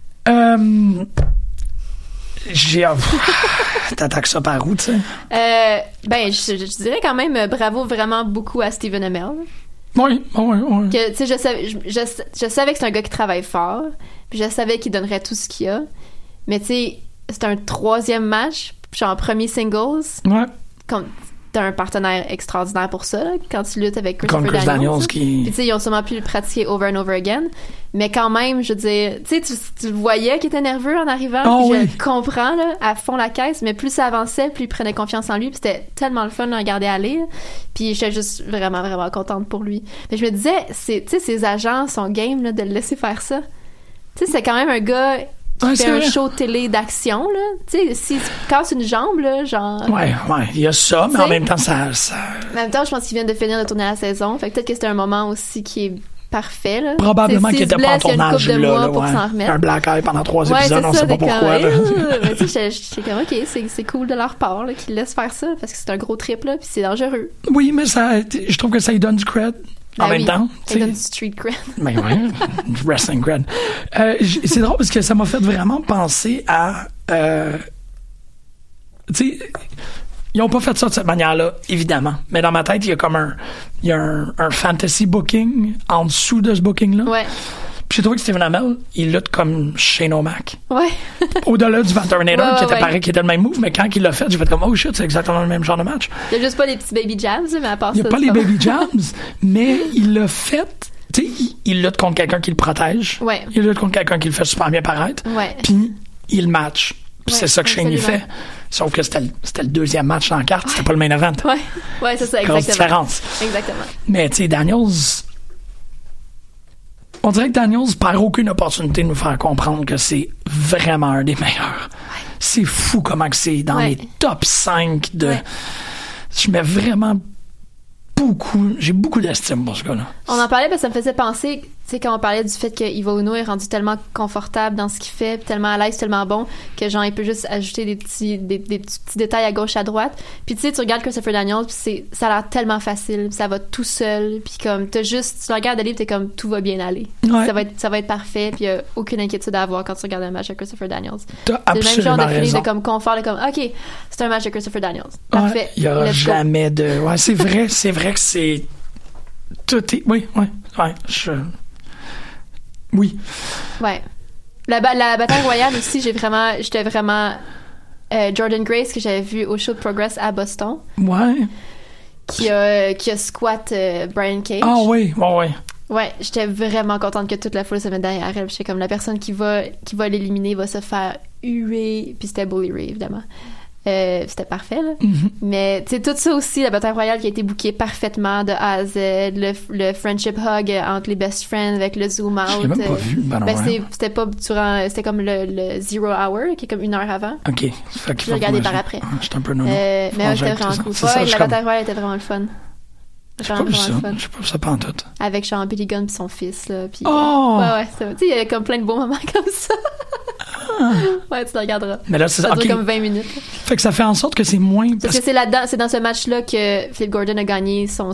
T'attaques ça par où, tu sais? Ben, je dirais quand même bravo vraiment beaucoup à Stephen Amell. Oui. Que, tu sais, je savais que c'est un gars qui travaille fort, puis je savais qu'il donnerait tout ce qu'il a. Mais tu sais, c'est un 3e match, genre premier singles. Ouais. t'as un partenaire extraordinaire pour ça, là, quand tu luttes avec Comme Chris Daniels qui... Puis tu sais, ils ont sûrement pu le pratiquer over and over again. Mais quand même, je veux dire, tu sais, tu le voyais qu'il était nerveux en arrivant. Oh, puis oui. je le comprends, là, à fond la caisse. Mais plus ça avançait, plus il prenait confiance en lui. Puis c'était tellement le fun de le regarder aller. Là. Puis j'étais juste vraiment, vraiment contente pour lui. Mais je me disais, tu sais, ses agents sont game, là, de le laisser faire ça. Tu sais, c'est quand même un gars... qui fait un show télé d'action, là. Tu sais, s'il se casse une jambe, là, genre... Ouais, il y a ça, mais en même temps, ça... En même temps, je pense qu'il vient de finir de tourner la saison. Fait que peut-être que c'était un moment aussi qui est parfait, là. Probablement qu'il était pas en tournage, là. Pour s'en remettre. Un black eye pendant 3 épisodes, on sait pas pourquoi, là. Mais tu sais, j'étais comme, OK, c'est cool de leur part, là, qu'ils laissent faire ça, parce que c'est un gros trip, là, puis c'est dangereux. Oui, mais je trouve que ça lui donne du cred. En même temps. Ça donne du street cred. Ben ouais, du wrestling cred. C'est drôle parce que ça m'a fait vraiment penser à... tu sais, ils ont pas fait ça de cette manière-là, évidemment. Mais dans ma tête, il y a un fantasy booking en dessous de ce booking-là. Ouais. Puis j'ai trouvé que Stephen Amell, il lutte comme Shane O'Mac. Ouais. Au-delà du Terminator, qui était pareil, qui était le même move, mais quand il l'a fait, j'ai fait comme, oh shit, c'est exactement le même genre de match. Il y a juste pas les petits baby jams, mais à part ça. Il y a pas les baby jams, mais il l'a fait. Tu sais, il lutte contre quelqu'un qui le protège. Ouais. Il lutte contre quelqu'un qui le fait super bien paraître. Ouais. Puis il match. Puis c'est ça que Shane y fait. Sauf que c'était le deuxième match dans la carte, c'était pas le main event. Ouais, c'est ça, exactement. Grosse différence. Exactement. Mais tu sais, Daniels... On dirait que Daniels perd aucune opportunité de nous faire comprendre que c'est vraiment un des meilleurs. Ouais. C'est fou comment que c'est dans les top 5 de... Ouais. Je mets vraiment j'ai beaucoup d'estime pour ce gars-là. On en parlait parce que ça me faisait penser, tu sais, quand on parlait du fait que Evil Uno est rendu tellement confortable dans ce qu'il fait, tellement à l'aise, tellement bon, que genre, il peut juste ajouter des petits détails à gauche, à droite. Puis tu sais, tu regardes Christopher Daniels, puis ça a l'air tellement facile, ça va tout seul, puis comme, tu le regardes aller, puis t'es comme, tout va bien aller. Ouais. Ça va être parfait, puis il y a aucune inquiétude à avoir quand tu regardes un match de Christopher Daniels. T'as c'est le même genre de feeling raison. de comme confort, de comme, OK, c'est un match de Christopher Daniels. Parfait. Il y aura jamais de... Ouais, c'est vrai que c'est... Tout est... Oui. Oui. Ouais. La bataille royale aussi, j'étais vraiment Jordan Grace que j'avais vu au show de Progress à Boston. Ouais. Qui a squat Brian Cage. Ah oui. Ouais, j'étais vraiment contente que toute la foule se mette derrière elle. J'étais comme la personne qui va l'éliminer va se faire huer. Puis c'était Bully Ray, évidemment. C'était parfait, là. Mm-hmm. Mais, tu sais, tout ça aussi, la bataille royale qui a été bookée parfaitement de A à Z, le friendship hug entre les best friends avec le zoom out. Je l'ai même pas vu, c'était pas durant, c'était comme le zero hour, qui est comme 1 heure avant. OK. Je l'ai regardé par après. J'étais un peu nono. Mais c'était vraiment cool. La bataille royale était vraiment le fun. J'ai pas vu ça. J'ai pas vu ça pantoute. Avec genre Billy Gunn pis son fils, là. Pis, ouais, tu sais, il y a comme plein de beaux moments comme ça. Ouais, tu le regarderas. Mais là, ça dure comme 20 minutes. Fait que ça fait en sorte que c'est moins... Parce que c'est dans ce match-là que Flip Gordon a gagné son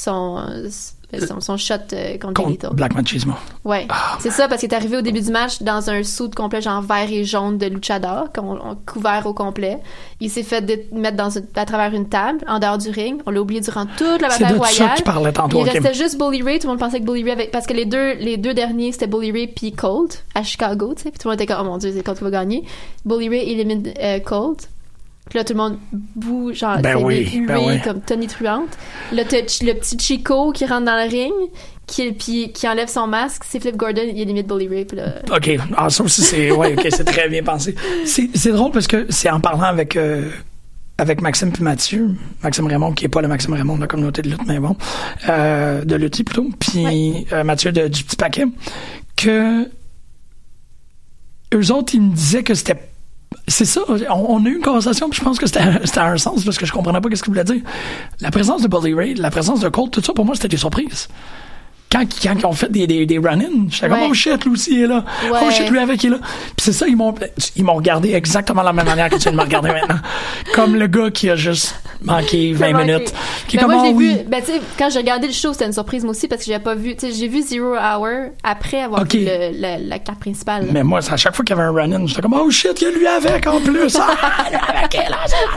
shot contre Lethal. Black Machismo. Ouais. C'est ça, parce qu'il est arrivé au début du match dans un suit complet genre vert et jaune de luchador, couvert au complet. Il s'est fait mettre à travers une table, en dehors du ring. On l'a oublié durant toute la bataille royale. C'est de ça que tu parlais tantôt. Il restait juste Bully Ray. Tout le monde pensait que Bully Ray avait... Parce que les deux derniers, c'était Bully Ray puis Colt, à Chicago, tu sais. Puis tout le monde était comme, oh mon Dieu, c'est Colt qui va gagner. Bully Ray élimine Colt. Puis là, tout le monde boue, genre, comme Tony Truante. Là, t'as le petit Chico qui rentre dans le ring, qui enlève son masque. C'est Flip Gordon, il limite Bully Ray. Puis là... OK. Ça aussi, c'est très bien pensé. C'est drôle parce que c'est en parlant avec Maxime puis Mathieu. Maxime Raymond, qui est pas le Maxime Raymond de la communauté de lutte, mais bon. De lutte plutôt. Puis Mathieu du Petit Paquet. Que eux autres, ils me disaient que c'était... C'est ça, on a eu une conversation, puis je pense que c'était un sens, parce que je comprenais pas ce qu'il voulait dire. La présence de Bully Ray, la présence de Colt, tout ça, pour moi, c'était des surprises. Quand ils ont fait des run-ins, j'étais comme, oh shit, lui aussi est là. Ouais. Oh shit, lui avec il est là. Puis c'est ça, ils m'ont regardé exactement de la même manière que tu viens de me regarder maintenant. Comme le gars qui a juste manqué 20 minutes. Qui est comme, moi, j'ai vu, tu sais, quand j'ai regardé le show, c'était une surprise, moi aussi, parce que j'avais pas vu, tu sais, j'ai vu Zero Hour après avoir vu la carte principale. Mais moi, à chaque fois qu'il y avait un run-in, j'étais comme, oh shit, il y a lui avec en plus. Lui avec elle,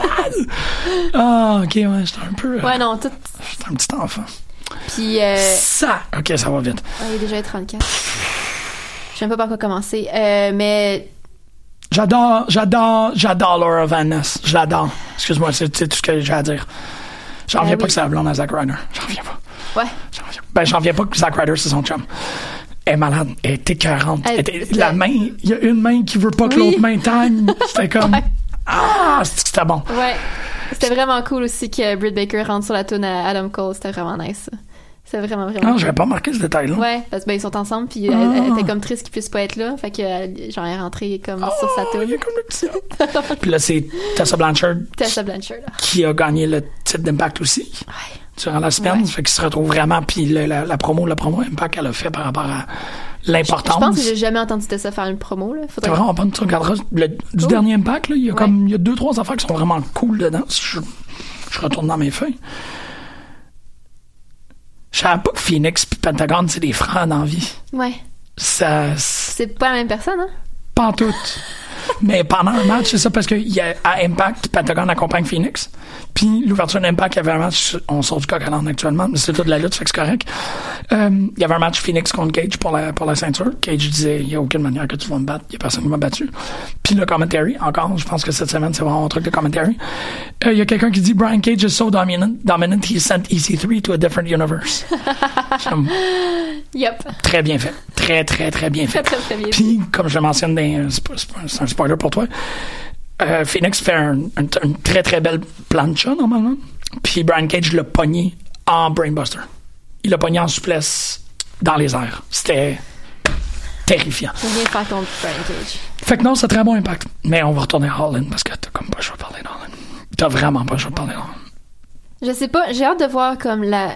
ok, ouais, j'étais un peu. Ouais, non, j'étais un petit enfant. Puis ça va vite. Il est déjà 34. Je sais même pas par quoi commencer. Mais j'adore Laura Van Ness. Je l'adore. Excuse-moi, c'est tout ce que j'ai à dire. J'en reviens pas que c'est la blonde à Zack Ryder. J'en reviens pas. Ouais. J'en reviens pas que Zack Ryder, c'est son chum. Elle est malade. Elle est écœurante. La main, il y a une main qui veut pas que l'autre main time. C'était comme... c'était bon. Ouais. C'était vraiment cool aussi que Britt Baker rentre sur la tune à Adam Cole. C'était vraiment nice. C'est vraiment Non, j'avais pas marqué ce détail-là. Ouais, parce que ils sont ensemble, puis elle était comme triste qu'ils puissent pas être là. Fait que, genre, elle est rentrée comme sur sa tune. Il y a comme le petit... Puis là, c'est Tessa Blanchard. Qui a gagné le titre d'Impact aussi. Ouais. Durant la semaine. Fait qu'il se retrouve vraiment. Puis la promo Impact qu'elle a fait par rapport à l'importance. Je pense que j'ai jamais entendu Tessa faire une promo, là. C'est vraiment bon. Tu regarderas du dernier Impact, là. Il y a comme, il y a 2-3 affaires qui sont vraiment cool dedans. Si je retourne dans mes feuilles. Je savais pas que Phoenix et Pentagon, c'est des frères dans la vie. Ouais. C'est pas la même personne, hein? Pas en tout. Mais pendant un match, c'est ça, parce qu'à Impact, Pentagon accompagne Phoenix. Puis l'ouverture d'Impact, il y avait un match, on sort du coq à l'âne actuellement, mais c'est tout de la lutte, fait que c'est correct. Il y avait un match Phoenix contre Cage pour la ceinture. Cage disait, il n'y a aucune manière que tu vas me battre, il n'y a personne qui m'a battu. Puis le commentary, encore, je pense que cette semaine, c'est vraiment un truc de commentary. Il y a quelqu'un qui dit, Brian Cage is so dominant, he sent EC3 to a different universe. Yep. Très bien fait. Très, très, très bien fait. Très bien. Puis, comme je le mentionne, c'est un spoiler pour toi, Phoenix fait une très, très belle plancha, normalement. Puis Brian Cage l'a pogné en Brainbuster. Il l'a pogné en souplesse dans les airs. C'était terrifiant. C'est bien faire contre Brian Cage. Fait que non, c'est très bon Impact. Mais on va retourner à All In parce que t'as comme pas le choix de parler d'All In. T'as vraiment pas le choix de parler d'All In. Je sais pas, j'ai hâte de voir comme la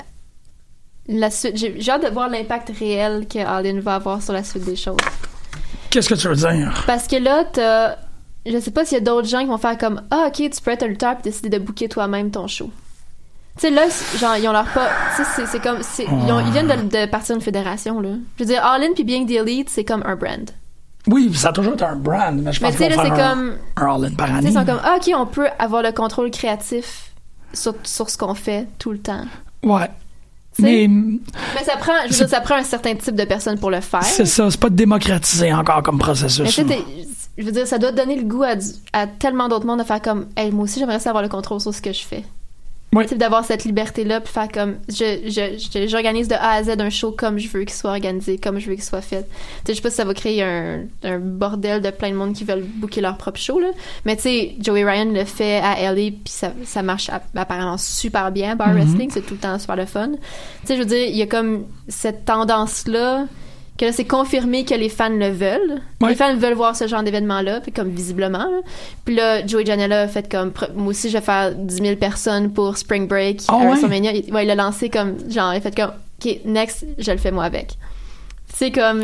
suite. J'ai hâte de voir l'impact réel que All In va avoir sur la suite des choses. Qu'est-ce que tu veux dire? Parce que là, je sais pas s'il y a d'autres gens qui vont faire comme ok, tu peux être un lutteur et décider de booker toi-même ton show. Tu sais, là, genre, ils ont leur pas. Tu sais, c'est comme. Ils viennent de partir d'une fédération, là. Je veux dire, All In puis Being the Elite, c'est comme un brand. Oui, ça a toujours été un brand, mais je pense qu'ils vont faire un All In par année. Tu sais, ils sont comme ok, on peut avoir le contrôle créatif sur ce qu'on fait tout le temps. Ouais. Mais ça prend, je veux dire, ça prend un certain type de personne pour le faire. C'est ça, c'est pas démocratisé encore comme processus. Mais je veux dire, ça doit donner le goût à tellement d'autres mondes de faire comme, hey, moi aussi j'aimerais avoir le contrôle sur ce que je fais. Oui. D'avoir cette liberté-là, puis faire comme, j'organise de A à Z un show comme je veux qu'il soit organisé, comme je veux qu'il soit fait. Je sais pas si ça va créer un bordel de plein de monde qui veulent booker leur propre show, là. Mais tu sais, Joey Ryan le fait à LA, puis ça marche apparemment super bien. Bar wrestling, c'est tout le temps super le fun. Tu sais, je veux dire, il y a comme cette tendance-là, que là, c'est confirmé que les fans le veulent. Ouais. Les fans veulent voir ce genre d'événement-là, puis comme visiblement. Là. Puis là, Joey Janela a fait comme... Moi aussi, je vais faire 10 000 personnes pour Spring Break à WrestleMania. Il a lancé comme... Genre, il a fait comme... OK, next, je le fais moi avec. C'est comme...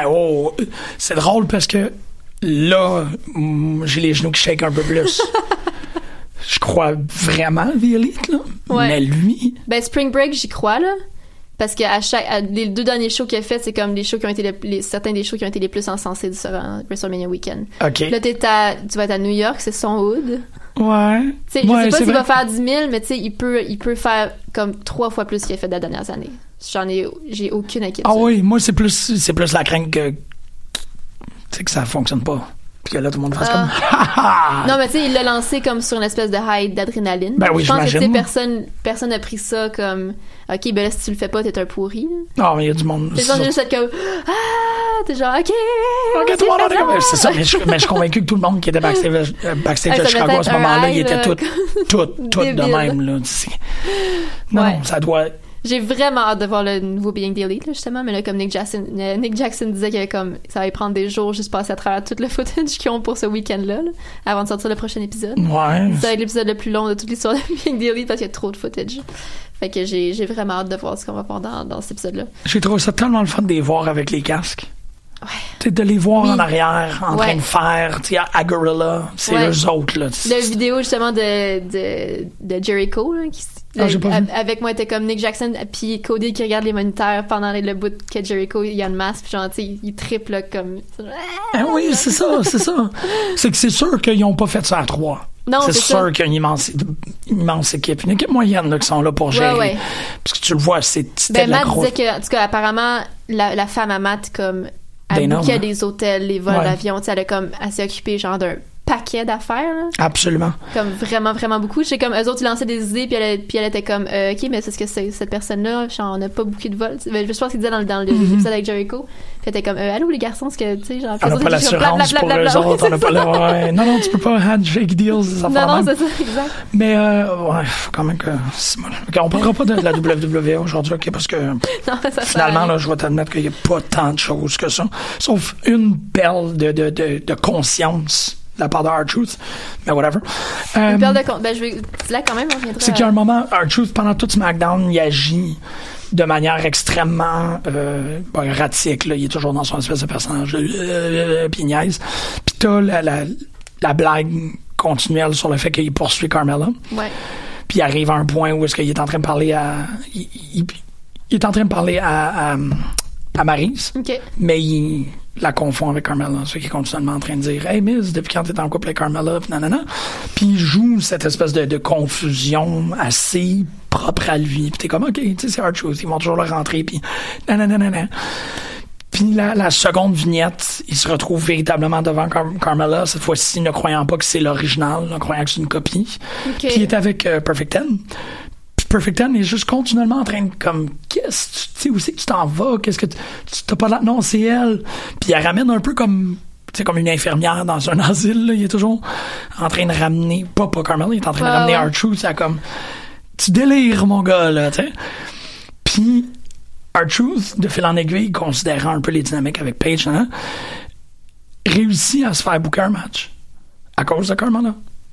C'est drôle parce que là, j'ai les genoux qui shake un peu plus. Je crois vraiment The Elite, là. Ouais. Mais lui... Ben, Spring Break, j'y crois, là. Parce que les 2 derniers shows qu'il a fait, c'est comme les shows qui ont été certains des shows qui ont été les plus encensés durant WrestleMania Weekend. OK. Là, tu vas être à New York, c'est son hood. Ouais. Je sais pas s'il va faire 10 000, mais tu sais, il peut faire comme 3 fois plus qu'il a fait dans les dernières années. J'ai aucune inquiétude. Ah oui, moi, c'est plus la crainte que ça fonctionne pas. Puis que là, tout le monde fasse comme... Non, mais tu sais, il l'a lancé comme sur une espèce de high d'adrénaline. Ben oui, je pense j'imagine. Que personne n'a pris ça comme... OK, ben là, si tu le fais pas, t'es un pourri. Non, mais il y a du monde... C'est genre juste comme... T'es genre, OK, c'est ça, mais je suis convaincu que tout le monde qui était backstage à Chicago à ce moment-là, il était tout de même, là. Non, ça doit... J'ai vraiment hâte de voir le nouveau Being the Elite, là, justement, mais là, comme Nick Jackson disait que comme ça allait prendre des jours juste passer à travers tout le footage qu'ils ont pour ce week-end-là, là, avant de sortir le prochain épisode. Ouais. Ça va être l'épisode le plus long de toute l'histoire de Being the Elite parce qu'il y a trop de footage. Fait que j'ai vraiment hâte de voir ce qu'on va voir dans cet épisode-là. J'ai trouvé ça tellement le fun de les voir avec les casques. Ouais. T'sais, de les voir en arrière, en train de faire, tu sais, à Gorilla, c'est eux autres, là. La vidéo, justement, de Jericho, là, avec moi, était comme Nick Jackson, puis Cody qui regarde les moniteurs pendant le bout que Jericho, il y a une masse, puis genre, tu sais, il triple, là, comme... oui, c'est ça. C'est que c'est sûr qu'ils n'ont pas fait ça à 3. Non, c'est sûr qu'il y a une immense équipe. Une équipe moyenne là, qui sont là pour gérer. Ouais. Parce que tu le vois, c'était de la grosse... Matt disait que, en tout cas, apparemment, la femme à Matt, comme... Elle bookait des hôtels, les vols d'avion, tu sais, elle s'est occupée genre d'un paquet d'affaires, là. Absolument. Comme vraiment, vraiment beaucoup. J'ai comme, eux autres, ils lançaient des idées, puis elle était comme, OK, mais c'est ce que c'est cette personne-là, genre, on n'a pas booké de vol. Je pense qu'il disait dans l'épisode avec Jericho. Puis elle était comme, allô, les garçons, ce que, tu sais, genre, on n'a pas l'assurance pour eux autres, on n'a pas le... Non, tu peux pas handshake deals, des affaires. Non, c'est ça, exact. Mais, faut quand même que... Okay, on parlera pas de la WWE aujourd'hui, OK, parce que non, finalement, là, je vais t'admettre qu'il n'y a pas tant de choses que ça, sauf une perle de conscience de la part de R-Truth, mais whatever. Une perle de conscience, je vais... Là, quand même, on viendra... C'est qu'il y a un moment, R-Truth, pendant tout SmackDown, il agit de manière extrêmement erratique, là. Il est toujours dans son espèce de personnage puis il niaise. Puis t'as la blague continuelle sur le fait qu'il poursuit Carmella. Ouais. Puis il arrive à un point où est-ce qu'il est en train de parler à... Il est en train de parler à Maryse, okay. Mais il la confond avec Carmella. C'est qu'il est continuellement en train de dire « Hey, Miz, depuis quand t'es en couple avec Carmella? » Puis nanana. Puis il joue cette espèce de confusion assez propre à lui. Puis t'es comme « OK, tu sais, c'est R-Truth. Ils vont toujours le rentrer. » Puis nanana. Puis la seconde vignette, il se retrouve véritablement devant Carmella, cette fois-ci ne croyant pas que c'est l'original, ne croyant que c'est une copie. Okay. Puis il est avec Perfect Ten. Perfect Ten est juste continuellement en train de comme qu'est-ce tu sais où c'est que tu t'en vas, qu'est-ce que tu t'as pas là, non c'est elle, puis elle ramène un peu comme tu sais comme une infirmière dans un asile là. Il est toujours en train de ramener pas Carmella, il est en train de ramener R-Truth, ça comme tu délires mon gars là, tu sais. Puis R-Truth de fil en aiguille, considérant un peu les dynamiques avec Paige, hein, réussit à se faire booker un match à cause de Carmella.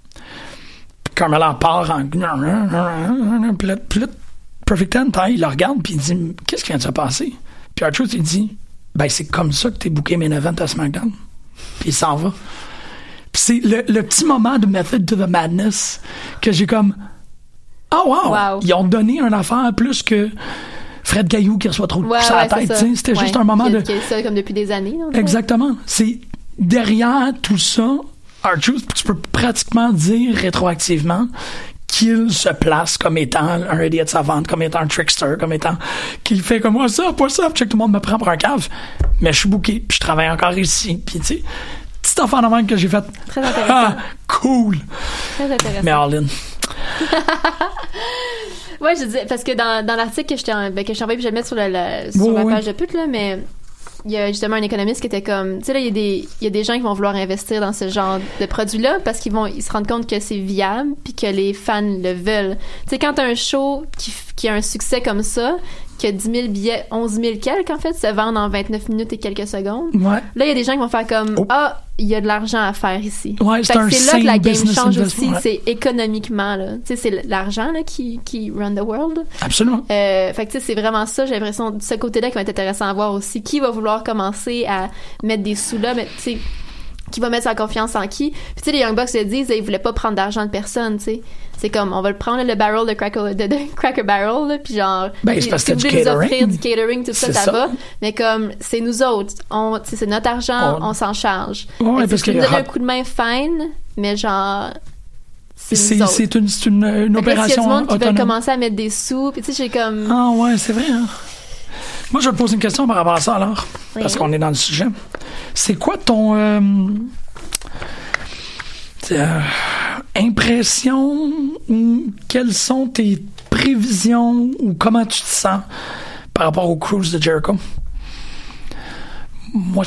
Carmella part en... Puis là, Perfect Ten, il le regarde, puis il dit « Qu'est-ce qui vient de se passer? » Puis R-Truth, il dit « Ben, c'est comme ça que t'es booké main event à SmackDown. » Puis il s'en va. Puis c'est le petit moment de Method to the Madness que j'ai comme « Ah, wow! Ils ont donné une affaire plus que Fred Caillou qui reçoit trop de coups à la tête. C'était juste un moment de... Qui est ça comme depuis des années. Donc, exactement. C'est derrière tout ça... R-Truth, tu peux pratiquement dire rétroactivement qu'il se place comme étant un idiot savant, comme étant un trickster, comme étant qu'il fait comme moi ça, pas ça, puis que tout le monde me prend pour un cave, mais je suis booké, puis je travaille encore ici, puis tu sais, petite affaire de même que j'ai fait. Très intéressant. Cool. Très intéressant. Mais Arlene. Ouais, je disais parce que dans l'article que je t'ai envoyé, puis je vais le mettre sur la page de pute là, mais il y a justement un économiste qui était comme, tu sais là, il y a des gens qui vont vouloir investir dans ce genre de produit-là parce qu'ils se rendent compte que c'est viable puis que les fans le veulent. Tu sais, quand t'as un show qui a un succès comme ça, que 10 000 billets, 11 000 quelques, en fait, se vendent en 29 minutes et quelques secondes. Ouais. Là, il y a des gens qui vont faire comme, il y a de l'argent à faire ici. Ouais, c'est là que la game change aussi. Ouais. C'est économiquement, là. Tu sais, c'est l'argent, là, qui run the world. Absolument. Fait que, tu sais, c'est vraiment ça. J'ai l'impression, de ce côté-là, qui va être intéressant à voir aussi. Qui va vouloir commencer à mettre des sous là, mais, tu sais, qui va mettre sa confiance en qui. Puis, tu sais, les Young Bucks le disent, ils voulaient pas prendre d'argent de personne, tu sais. C'est comme, on va le prendre, le barrel de Cracker Barrel, là, puis genre, c'est parce que si vous voulez nous offrir du catering, tout ça va. Mais comme, c'est nous autres, c'est notre argent, on s'en charge. Ouais, parce que nous donner un coup de main fine, mais genre, c'est une opération il y a du monde qui veut autonome. commencer à mettre des sous, puis tu sais, j'ai comme... Ah ouais, c'est vrai, hein. Moi, je vais te poser une question par rapport à ça, alors, parce qu'on est dans le sujet. C'est quoi ton impression ou quelles sont tes prévisions ou comment tu te sens par rapport au cruise de Jericho? Moi,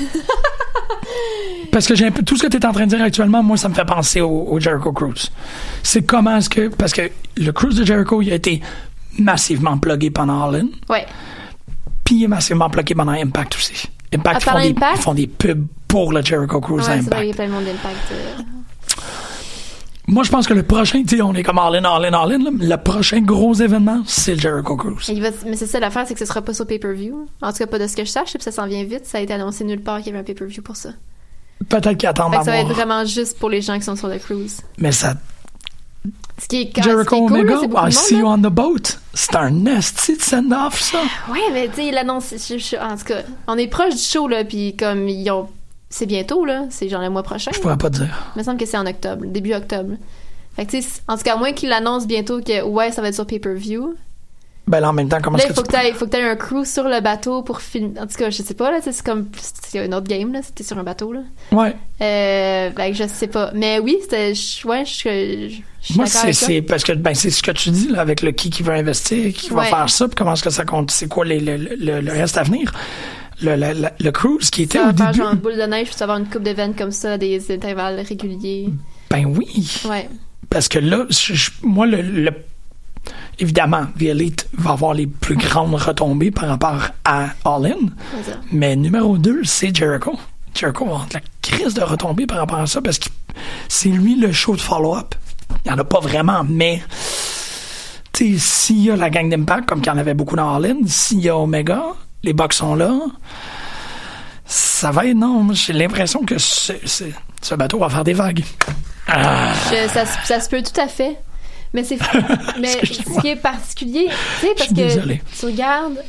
parce que j'ai un peu tout ce que tu es en train de dire actuellement, moi, ça me fait penser au Jericho Cruise. C'est comment est-ce que... Parce que le cruise de Jericho, il a été massivement plugué pendant All In. Ouais. Puis il est massivement plugué pendant Impact aussi. Impact, ils font des pubs pour le Jericho Cruise à Impact. C'est vrai, il y a plein de monde d'Impact. Moi, je pense que le prochain, tu sais, on est comme all in, là, le prochain gros événement, c'est le Jericho Cruise. Mais c'est ça l'affaire, c'est que ce sera pas sur pay-per-view. En tout cas, pas de ce que je sache, puis ça s'en vient vite. Ça a été annoncé nulle part qu'il y avait un pay-per-view pour ça. Peut-être qu'ils attendent ça va être vraiment juste pour les gens qui sont sur le cruise. Mais ça... Ce qui est Jericho cool, Omega, là, c'est beaucoup I de monde, see you on the boat. C'est un nasty de send-off, ça. Ouais, mais tu sais, il annonce... En tout cas, on est proche du show, là, puis comme ils ont... C'est bientôt, là. C'est genre le mois prochain. Je pourrais pas te dire. Il me semble que c'est en octobre, début octobre. Fait que, tu sais, en tout cas, à moins qu'il annonce bientôt que, ouais, ça va être sur pay-per-view. Ben là, en même temps, comment là, est-ce que il faut que t'aies un crew sur le bateau pour filmer. En tout cas, je sais pas, là, c'est comme... C'est un autre game, là, c'était sur un bateau, là. Ouais. Ben, je sais pas. Mais oui, c'était... Ouais, je suis moi, d'accord avec ça. c'est parce que, ben, c'est ce que tu dis, là, avec le qui veut investir, qui va faire ça, puis comment est-ce que ça compte, c'est quoi le reste à venir. Le cruise qui était au début. Genre une boule de neige, puis avoir une coupe de veine comme ça, des intervalles réguliers. Ben oui. Ouais. Parce que là, moi, évidemment, The Elite va avoir les plus grandes retombées par rapport à All In. Mais numéro 2, c'est Jericho. Jericho va avoir de la crise de retombées par rapport à ça parce que c'est lui le show de follow-up. Il n'y en a pas vraiment, mais tu sais, s'il y a la gang d'Impact, comme qu'il y en avait beaucoup dans All In, s'il y a Omega, les Bucks sont là, ça va être... Non, j'ai l'impression que ce bateau va faire des vagues. Ça se peut tout à fait. Mais c'est mais ce qui est particulier, tu sais, parce que tu regardes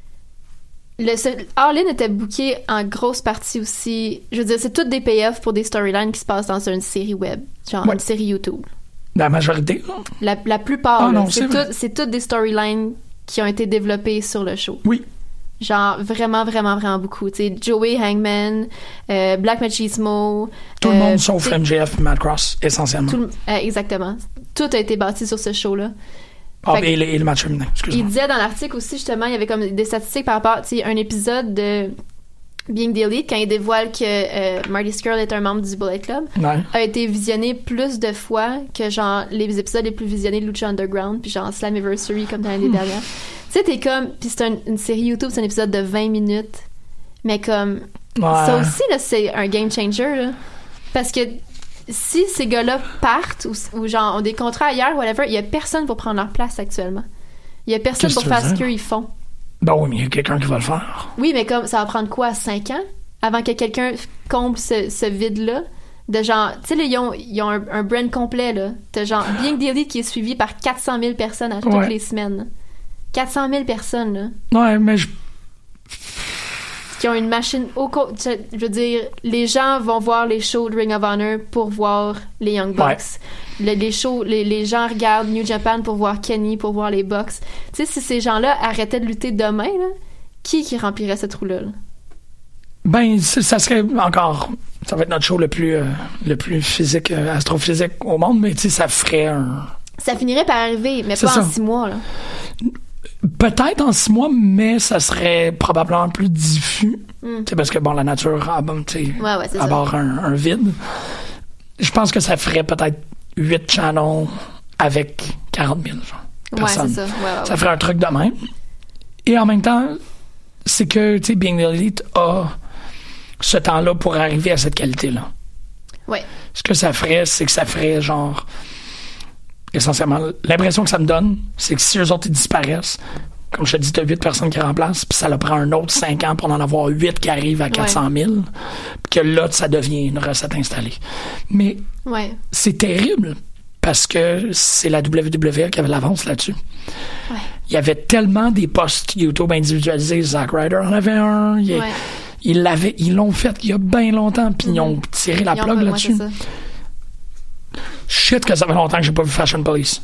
All In était booké en grosse partie aussi. Je veux dire, c'est toutes des payoffs pour des storylines qui se passent dans une série web, genre une série YouTube. La majorité. La plupart, non, c'est toutes des storylines qui ont été développées sur le show. Oui. Genre vraiment, vraiment, vraiment beaucoup. Tu sais, Joey, Hangman, Black Machismo. Tout le monde sauf MJF et Matt Cross, essentiellement. Exactement. Tout a été bâti sur ce show-là. Et le match féminin, excuse-moi. Il disait dans l'article aussi, justement, il y avait comme des statistiques par rapport, tu sais, un épisode de Being the Elite, quand il dévoile que Marty Scurll est un membre du Bullet Club, a été visionné plus de fois que, genre, les épisodes les plus visionnés de Lucha Underground, puis genre Slammiversary, comme dans l'année dernière. Tu sais, t'es comme... Puis c'est une série YouTube, c'est un épisode de 20 minutes. Mais comme... Ça aussi, là, c'est un game changer, là. Parce que si ces gars-là partent ou genre ont des contrats ailleurs, whatever, il y a personne pour prendre leur place actuellement. Il y a personne pour faire ce qu'ils font. Ben oui, mais il y a quelqu'un qui va le faire. Oui, mais comme ça va prendre quoi, 5 ans? Avant que quelqu'un comble ce vide-là? De genre... Tu sais, ils ont un brand complet, là. T'as genre Being the Elite qui est suivi par 400 000 personnes à toutes les semaines. 400 000 personnes, là. Ouais, mais qui ont une machine je veux dire, les gens vont voir les shows de Ring of Honor pour voir les Young Bucks. Les shows, les gens regardent New Japan pour voir Kenny, pour voir les Bucks. Tu sais, si ces gens-là arrêtaient de lutter demain, là, qui remplirait ce trou-là? Ben, ça serait encore... Ça va être notre show le plus physique, astrophysique au monde, mais tu sais, ça ferait un... Ça finirait par arriver, mais pas en 6 mois, là. Peut-être en 6 mois, mais ça serait probablement plus diffus. Parce que, bon, la nature aborde un vide. Je pense que ça ferait peut-être 8 channels avec 40 000 personnes. Ouais, c'est ça. Ça ferait un truc de même. Et en même temps, c'est que, tu sais, Being the Elite a ce temps-là pour arriver à cette qualité-là. Ouais. Ce que ça ferait, c'est que ça ferait genre... Essentiellement, l'impression que ça me donne, c'est que si eux autres ils disparaissent, comme je te dis, t'as 8 personnes qui remplacent, puis ça leur prend un autre 5 ans pour en avoir 8 qui arrivent à 400 000, puis que là, ça devient une recette installée. Mais c'est terrible, parce que c'est la WWE qui avait l'avance là-dessus. Ouais. Il y avait tellement des posts YouTube individualisés, Zack Ryder en avait un, ils l'ont fait il y a bien longtemps, puis ils ont tiré la plug là-dessus. Shit, que ça fait longtemps que j'ai pas vu Fashion Police.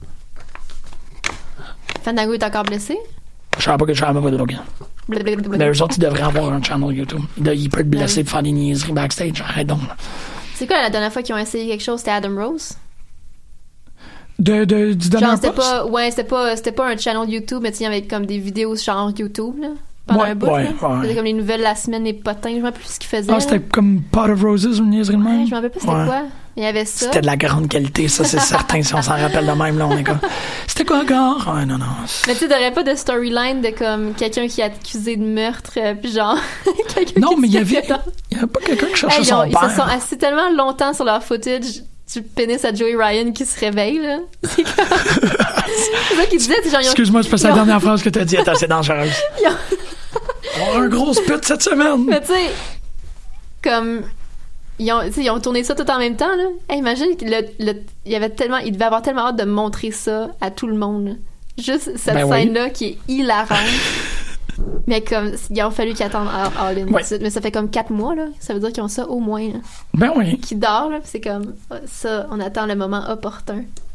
Fandango est encore blessé? Je savais pas que je savais pas de Logan. Mais eux autres, ils devraient avoir un channel YouTube. Il peut être blessé de faire des niaiseries backstage. Arrête donc. C'est quoi la dernière fois qu'ils ont essayé quelque chose? C'était Adam Rose? Du dernier c'était pas un channel YouTube, mais il y avait comme des vidéos genre YouTube, là. Pendant un bout, c'était comme les nouvelles la semaine, les potins, je me rappelle plus ce qu'ils faisaient. C'était comme Pot of Roses ou une niaiserie de même. Je me rappelle pas c'était quoi. Il y avait ça. C'était de la grande qualité, ça, c'est certain. Si on s'en rappelle de même, là, on est comme... C'était quoi encore? Ouais, non. Mais tu sais, t'aurais pas de storyline de comme quelqu'un qui est accusé de meurtre, puis genre... non, mais il y avait pas quelqu'un qui cherchait son père. Ils se sont assis tellement longtemps sur leur footage du pénis à Joey Ryan qui se réveille, là. C'est comme... c'est ça qu'ils disaient, genre... Excuse-moi, c'est pas la dernière phrase que t'as dit, c'est dangereuse. On a un gros spit cette semaine! Mais tu sais, comme... Ils ont tourné ça tout en même temps, là. Hey, imagine qu'il devait avoir tellement hâte de montrer ça à tout le monde, là. Juste cette scène-là qui est hilarante. Mais comme, il a fallu qu'ils attendent All In. Ouais. Mais ça fait comme 4 mois, là. Ça veut dire qu'ils ont ça au moins, là. Ben oui. Qui dort, là. C'est comme, ça, on attend le moment opportun.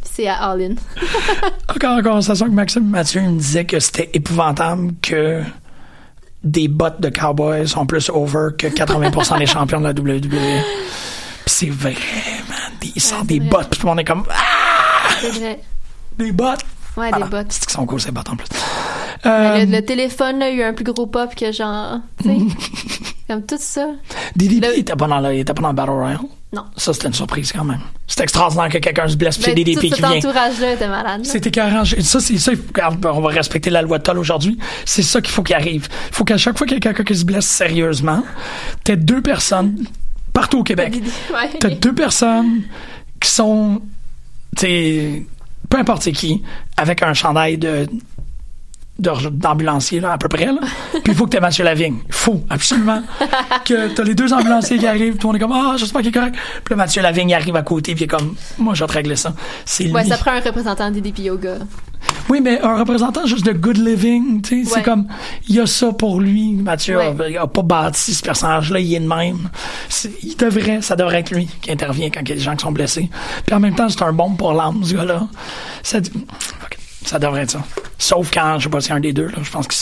c'est à All In. Encore en conversation avec Maxime Mathieu, il me disait que c'était épouvantable que des bots de cowboys sont plus over que 80% des champions de la WWE. Puis c'est vrai, man. Ils sortent des bots, puis tout le monde est comme... Ah! C'est vrai. Des bots! Ouais, voilà. des bots. C'est qu'ils sont cool, ces bots, en plus. Le téléphone, là, il y a eu un plus gros pop que genre... Tu sais, comme tout ça. DDP, il était pas dans le Battle Royale? Non. Ça, c'était une surprise, quand même. C'est extraordinaire que quelqu'un se blesse, puis c'est DDP qui vient. Tout cet entourage-là était malade. C'était écœurant. Ça, c'est ça. On va respecter la loi de Toll aujourd'hui. C'est ça qu'il faut qu'il arrive. Il faut qu'à chaque fois qu'il y a quelqu'un qui se blesse sérieusement, t'as 2 personnes, partout au Québec, ouais. t'as 2 personnes qui sont, peu importe c'est qui, avec un chandail d'ambulancier, là, à peu près, là. Puis il faut que t'aies Mathieu Lavigne. Il faut, absolument, que t'as les 2 ambulanciers qui arrivent, tout le monde est comme, j'espère qu'il est correct. Puis là, Mathieu Lavigne, il arrive à côté, puis il est comme, moi, je vais te régler ça. C'est ouais, lui. Ça prend un représentant DDP Yoga. Oui, mais un représentant juste de good living, tu sais, c'est comme, il y a ça pour lui. Mathieu a pas bâti ce personnage-là, il est de même. Ça devrait être lui qui intervient quand il y a des gens qui sont blessés. Puis en même temps, c'est un bon pour l'âme, ce gars-là. Ça devrait être ça. Sauf quand, je sais pas si c'est un des deux, là, je pense que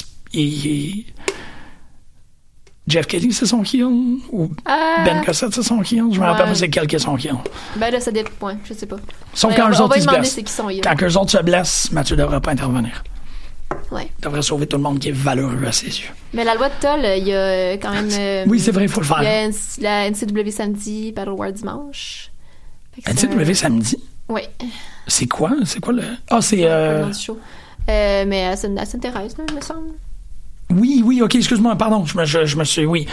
Jeff Kelly, c'est son heel? Ou Ben Cossette, c'est son heel? Je me rappelle pas c'est quel qui est son heel. Ben là, ça dépend. Ouais, je sais pas. Sauf quand eux autres, ils se blessent. Qui quand eux autres se blessent, Mathieu devrait pas intervenir. Ouais. Il devrait sauver tout le monde qui est valeureux à ses yeux. Mais la loi de Toll, il y a quand même... oui, c'est vrai, il faut le faire. Il y a la NCW samedi, Battle War dimanche. NCW samedi? Oui. C'est quoi? C'est quoi le... c'est... le nom du show. Mais à Sainte-Thérèse, il me semble. Oui, ok, excuse-moi, pardon, je me suis... Oui.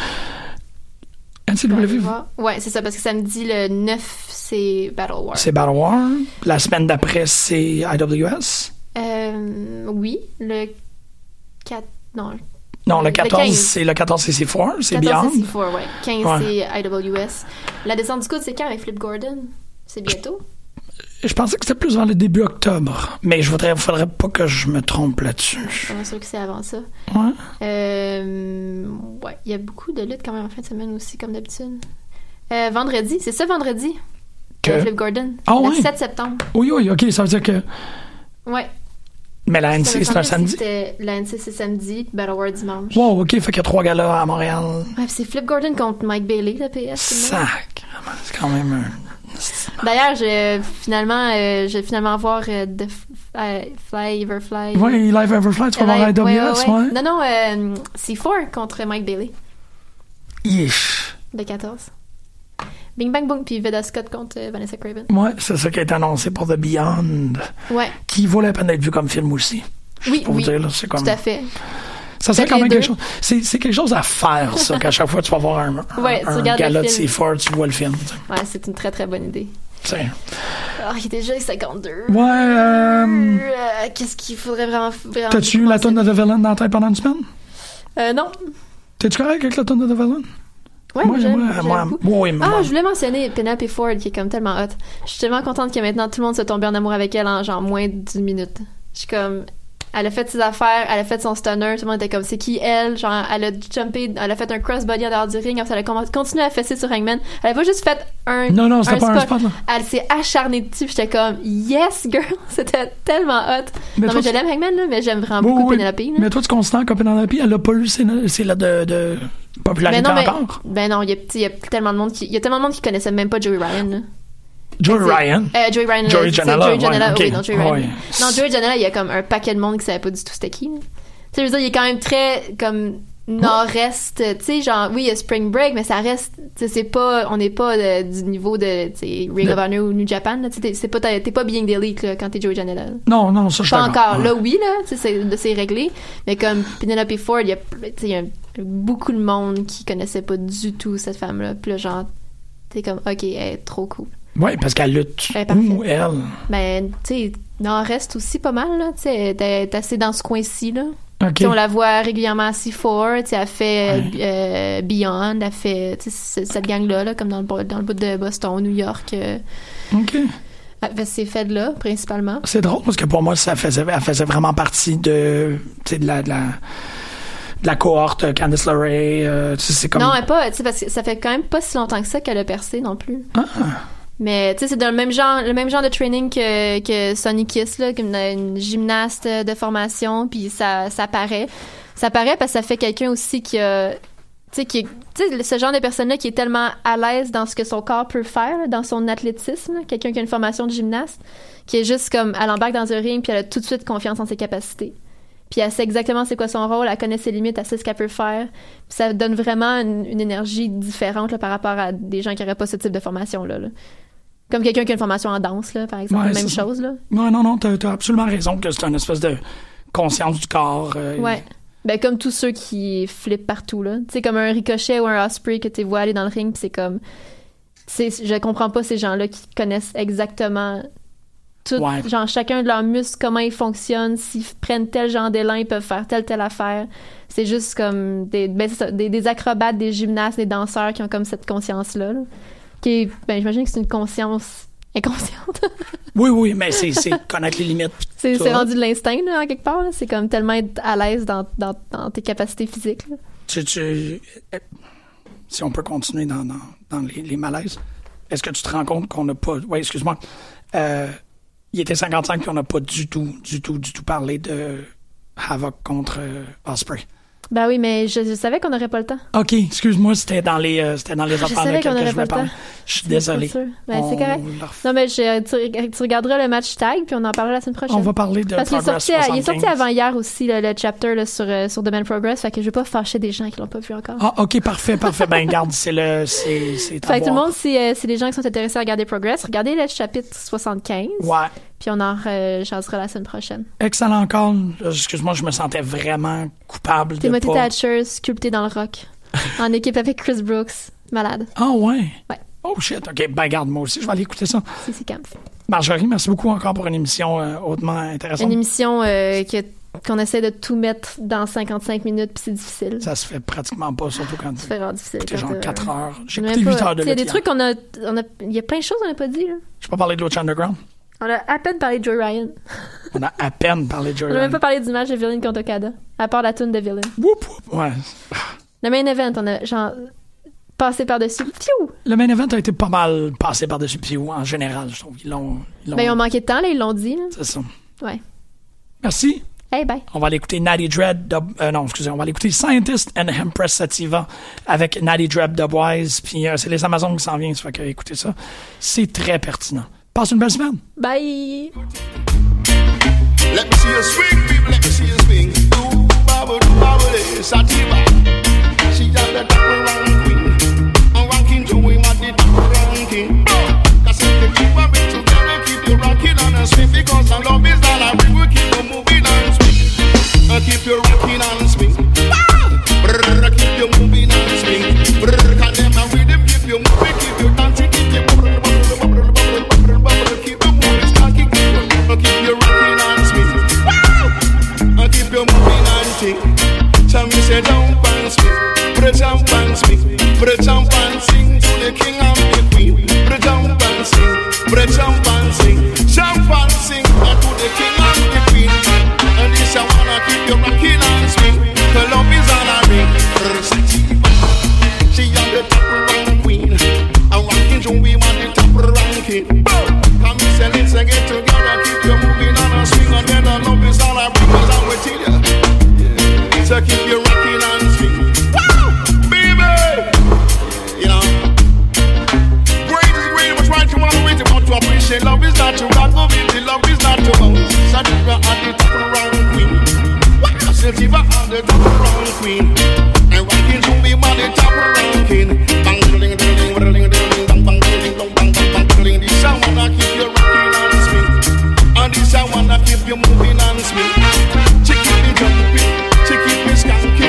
NCW? Ouais, c'est ça, parce que samedi, le 9, c'est Battle War. C'est Battle War. La semaine d'après, c'est IWS? Oui, le 4... Non, le 14, c'est C4, c'est Beyond. 14, c'est C4, ouais. 15, c'est IWS. La descente du coude, c'est quand avec Flip Gordon? C'est bientôt? Je pensais que c'était plus vers le début octobre, mais il faudrait pas que je me trompe là-dessus. Je suis pas sûre que c'est avant ça. Ouais. Ouais, il y a beaucoup de luttes quand même en fin de semaine aussi, comme d'habitude. Vendredi, c'est ça vendredi? Flip Gordon. Le 7 septembre. Oui, ok, ça veut dire que... Ouais. Mais la NC, c'est un samedi? La NC, c'est samedi, Battle War dimanche. Wow, ok, fait qu'il y a 3 galas à Montréal. Ouais, c'est Flip Gordon contre Mike Bailey, le PS. Sacrément, c'est quand même un... D'ailleurs, j'ai finalement voir The Fly Everfly. Oui, Live Everfly, tu vas voir IWS, ouais. Non, C4 contre Mike Bailey. Yeesh. Le 14. Bing Bang Boom, puis Veda Scott contre Vanessa Craven. Ouais, c'est ça qui a été annoncé pour The Beyond. Ouais. Qui vaut la peine d'être vu comme film aussi. Oui, pour vous dire, là, c'est comme... tout à fait. Ça serait quand même quelque chose. C'est quelque chose à faire, ça, qu'à chaque fois tu vas voir un gala de C4, tu vois le film. T'sais. Ouais, c'est une très très bonne idée. T'sais. Il est déjà 52. Ouais. Qu'est-ce qu'il faudrait vraiment. T'as-tu eu la tonne de The Villain dans la tête pendant une semaine? Non. T'es-tu correct avec la tonne de The Villain? Ouais, moi j'aime beaucoup. Je voulais mentionner Penelope Ford qui est comme tellement hot. Je suis tellement contente que maintenant tout le monde se tombe en amour avec elle en genre moins d'1 minute. Je suis comme... Elle a fait ses affaires, elle a fait son stunner, tout le monde était comme c'est qui elle, genre elle a jumpé, elle a fait un crossbody en dehors du ring, elle a continué à fesser sur Hangman. Elle a pas juste fait un Non, c'était pas un spot là. Elle s'est acharnée dessus, j'étais comme yes girl, c'était tellement hot. Mais je l'aime Hangman là, mais j'aime vraiment beaucoup Penelope. Mais toi tu considères que Penelope, elle a pas eu c'est là de popularité encore? Ben non, il y a tellement de monde qui connaissait même pas Joey Ryan là. Joey Ryan. Joey Janela. Oui, non, Joey Ryan. Ouais. Non, Joey Janela, il y a comme un paquet de monde qui savait pas du tout c'était qui. Tu sais, je veux dire, il est quand même très comme nord-est, tu sais, genre, oui, il y a Spring Break, mais ça reste, tu sais, on n'est pas du niveau de, tu sais, Ring of Honor ou New Japan, là, tu sais, t'es pas Being the Elite, là, quand t'es Joey Janela. Non, ça, je suis pas encore. Ouais. Là, oui, là, tu sais, c'est réglé, mais comme Penelope Ford, il y a beaucoup de monde qui connaissait pas du tout cette femme-là, puis là, genre, t'es comme, ok, elle est trop cool. Oui, parce qu'elle lutte. Elle. Ben, tu sais, nord-est aussi pas mal, là. Tu sais, elle est assez dans ce coin-ci, là. Okay. On la voit régulièrement à C4, tu sais, elle fait Beyond, elle fait cette gang-là, là, comme dans le bout de Boston, New York. OK. Elle fait ces fêtes-là, principalement. C'est drôle, parce que pour moi, elle faisait vraiment partie de la cohorte Candice LeRae. C'est comme... Non, elle pas, tu sais, parce que ça fait quand même pas si longtemps que ça qu'elle a percé non plus. Ah. Mais tu sais, c'est le même genre de training que Sonny Kiss, là, comme une gymnaste de formation, puis ça paraît. Ça paraît parce que ça fait quelqu'un aussi qui a... Tu sais, ce genre de personne-là qui est tellement à l'aise dans ce que son corps peut faire, là, dans son athlétisme, là, quelqu'un qui a une formation de gymnaste, qui est juste comme, elle embarque dans un ring, puis elle a tout de suite confiance en ses capacités. Puis elle sait exactement c'est quoi son rôle, elle connaît ses limites, elle sait ce qu'elle peut faire. Puis ça donne vraiment une énergie différente là, par rapport à des gens qui n'auraient pas ce type de formation-là. Là. Comme quelqu'un qui a une formation en danse, là, par exemple, même chose. Là. Non, t'as absolument raison que c'est une espèce de conscience du corps. Ouais. Ben, comme tous ceux qui flippent partout, là. Tu sais, comme un Ricochet ou un Ospreay que tu vois aller dans le ring, pis c'est comme... Je comprends pas ces gens-là qui connaissent exactement tout, genre, chacun de leurs muscles, comment ils fonctionnent, s'ils prennent tel genre d'élan, ils peuvent faire telle affaire. C'est juste comme des acrobates, des gymnastes, des danseurs qui ont comme cette conscience-là, là. Qui est, j'imagine que c'est une conscience inconsciente. Oui, mais c'est connaître les limites. C'est rendu de l'instinct, là, en quelque part. Là. C'est comme tellement être à l'aise dans tes capacités physiques. Là. Si on peut continuer dans les malaises, est-ce que tu te rends compte qu'on n'a pas... Oui, excuse-moi. Il était 55 puis on n'a pas du tout parlé de Havoc contre Ospreay. Ben oui, mais je savais qu'on n'aurait pas le temps. OK, excuse-moi, c'était dans les affaires de que je voulais parler. Je suis désolé. Ben, c'est correct. Non, mais tu regarderas le match tag, puis on en parlera la semaine prochaine. On va parler de Progress 75. Il est sorti avant hier aussi, le chapter là, sur The Man Progress, fait que je vais pas fâcher des gens qui l'ont pas vu encore. Ah, OK, parfait. Ben, garde, c'est fait que tout le monde, si les gens qui sont intéressés à regarder Progress, regardez le chapitre 75. Ouais. Puis on en jasera la semaine prochaine. Excellent call. Excuse-moi, je me sentais vraiment coupable de Timothy Thatcher, sculpté dans le rock. En équipe avec Chris Brooks. Malade. Ah ouais? Ouais. Oh shit, OK. Ben garde, moi aussi, je vais aller écouter ça. C'est camp. Marjorie, merci beaucoup encore pour une émission hautement intéressante. Une émission qu'on essaie de tout mettre dans 55 minutes, puis c'est difficile. Ça se fait pratiquement pas, surtout quand c'est vraiment difficile. Écoutez, genre 4 heures. J'ai écouté 8 heures de lutte. Il y a des trucs il y a plein de choses qu'on n'a pas dit, là. Je peux parler de Lucha Underground? On a à peine parlé de Joey Ryan. On a à peine parlé de Joey Ryan. On n'a même pas parlé du match de Villain contre Okada, à part la tune de Villain. Whoop, ouais. Le main event, on a genre passé par-dessus. Pfiou! Le main event a été pas mal passé par-dessus pfiou en général, je trouve. Ils ont manqué de temps, là, ils l'ont dit. Là. C'est ça. Ouais. Merci. Hey, bye. On va aller écouter Natty Dread. On va aller écouter Scientist and Empress Sativa avec Natty Dread Dubwise. Puis c'est les Amazones qui s'en viennent, ça fait que écoutez ça. C'est très pertinent. Passe une belle semaine. Bye. Let me see you swing, people, let me see you swing. Do bubble, sativa. She got the double ranking. I'm ranking to him at the double ranking. Cause if you keep a bit together, keep you rocking on a swing. Because the love is all I bring, we keep you moving and swing. Keep you rocking and swing. Brrr, keep you moving and swing. Brrr, can them and with them keep you moving, keep you dancing, keep you brrr, keep you moving, start keep you rocking and swing. Keep you moving and swing. So me say jump and swing, jump and swing, jump and sing to the king and the queen. Jump and swing, jump and sing, jump and sing to the king and the queen. And this I wanna keep you rocking and swing. The love is on a ring. She on the top rank queen. I'm rocking so we want the top ranking. Come and say let's get together, keep you moving on a swing. And then the love is all I bring, cause I'm with you. So keep you rocking and swing. Wow, baby. You know, great is great, but right you want to wait about to appreciate. Love is not to rock, love is not to bounce. Sativa on the top rank queen. Wow, Sativa on the top rank queen. And rocking so we want the top ranking. Bang, ding, ding, ding, ding, ding, bang, bang, ding, dong, bang, bang, bang, ding. This I wanna keep you rocking and swing. And this I wanna keep you moving and swing. She keep me jumping, she keep me skanking.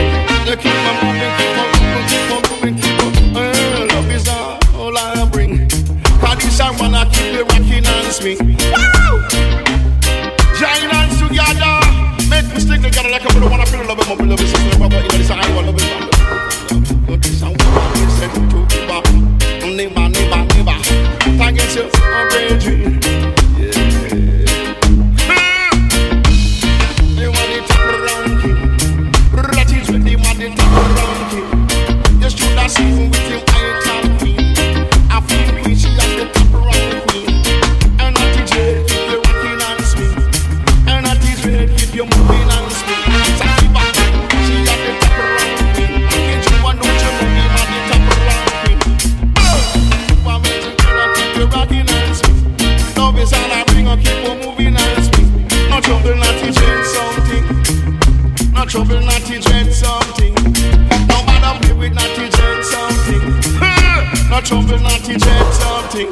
keep you moving and swing. So keep back, she at the top ranking. Ain't you want don't you moving at the top ranking? You want me to keep you rocking and swing. Love is all I bring, I'll keep you moving and swing. No trouble, not to dread something. No trouble, not to dread something. No matter play with, not to dread something. No trouble, not to dread something.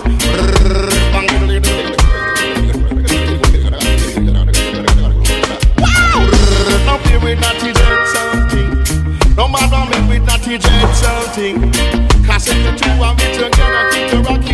No play with, not to dread something. No matter play with, not to dread something. Cause if the two of me together, keep you rocking.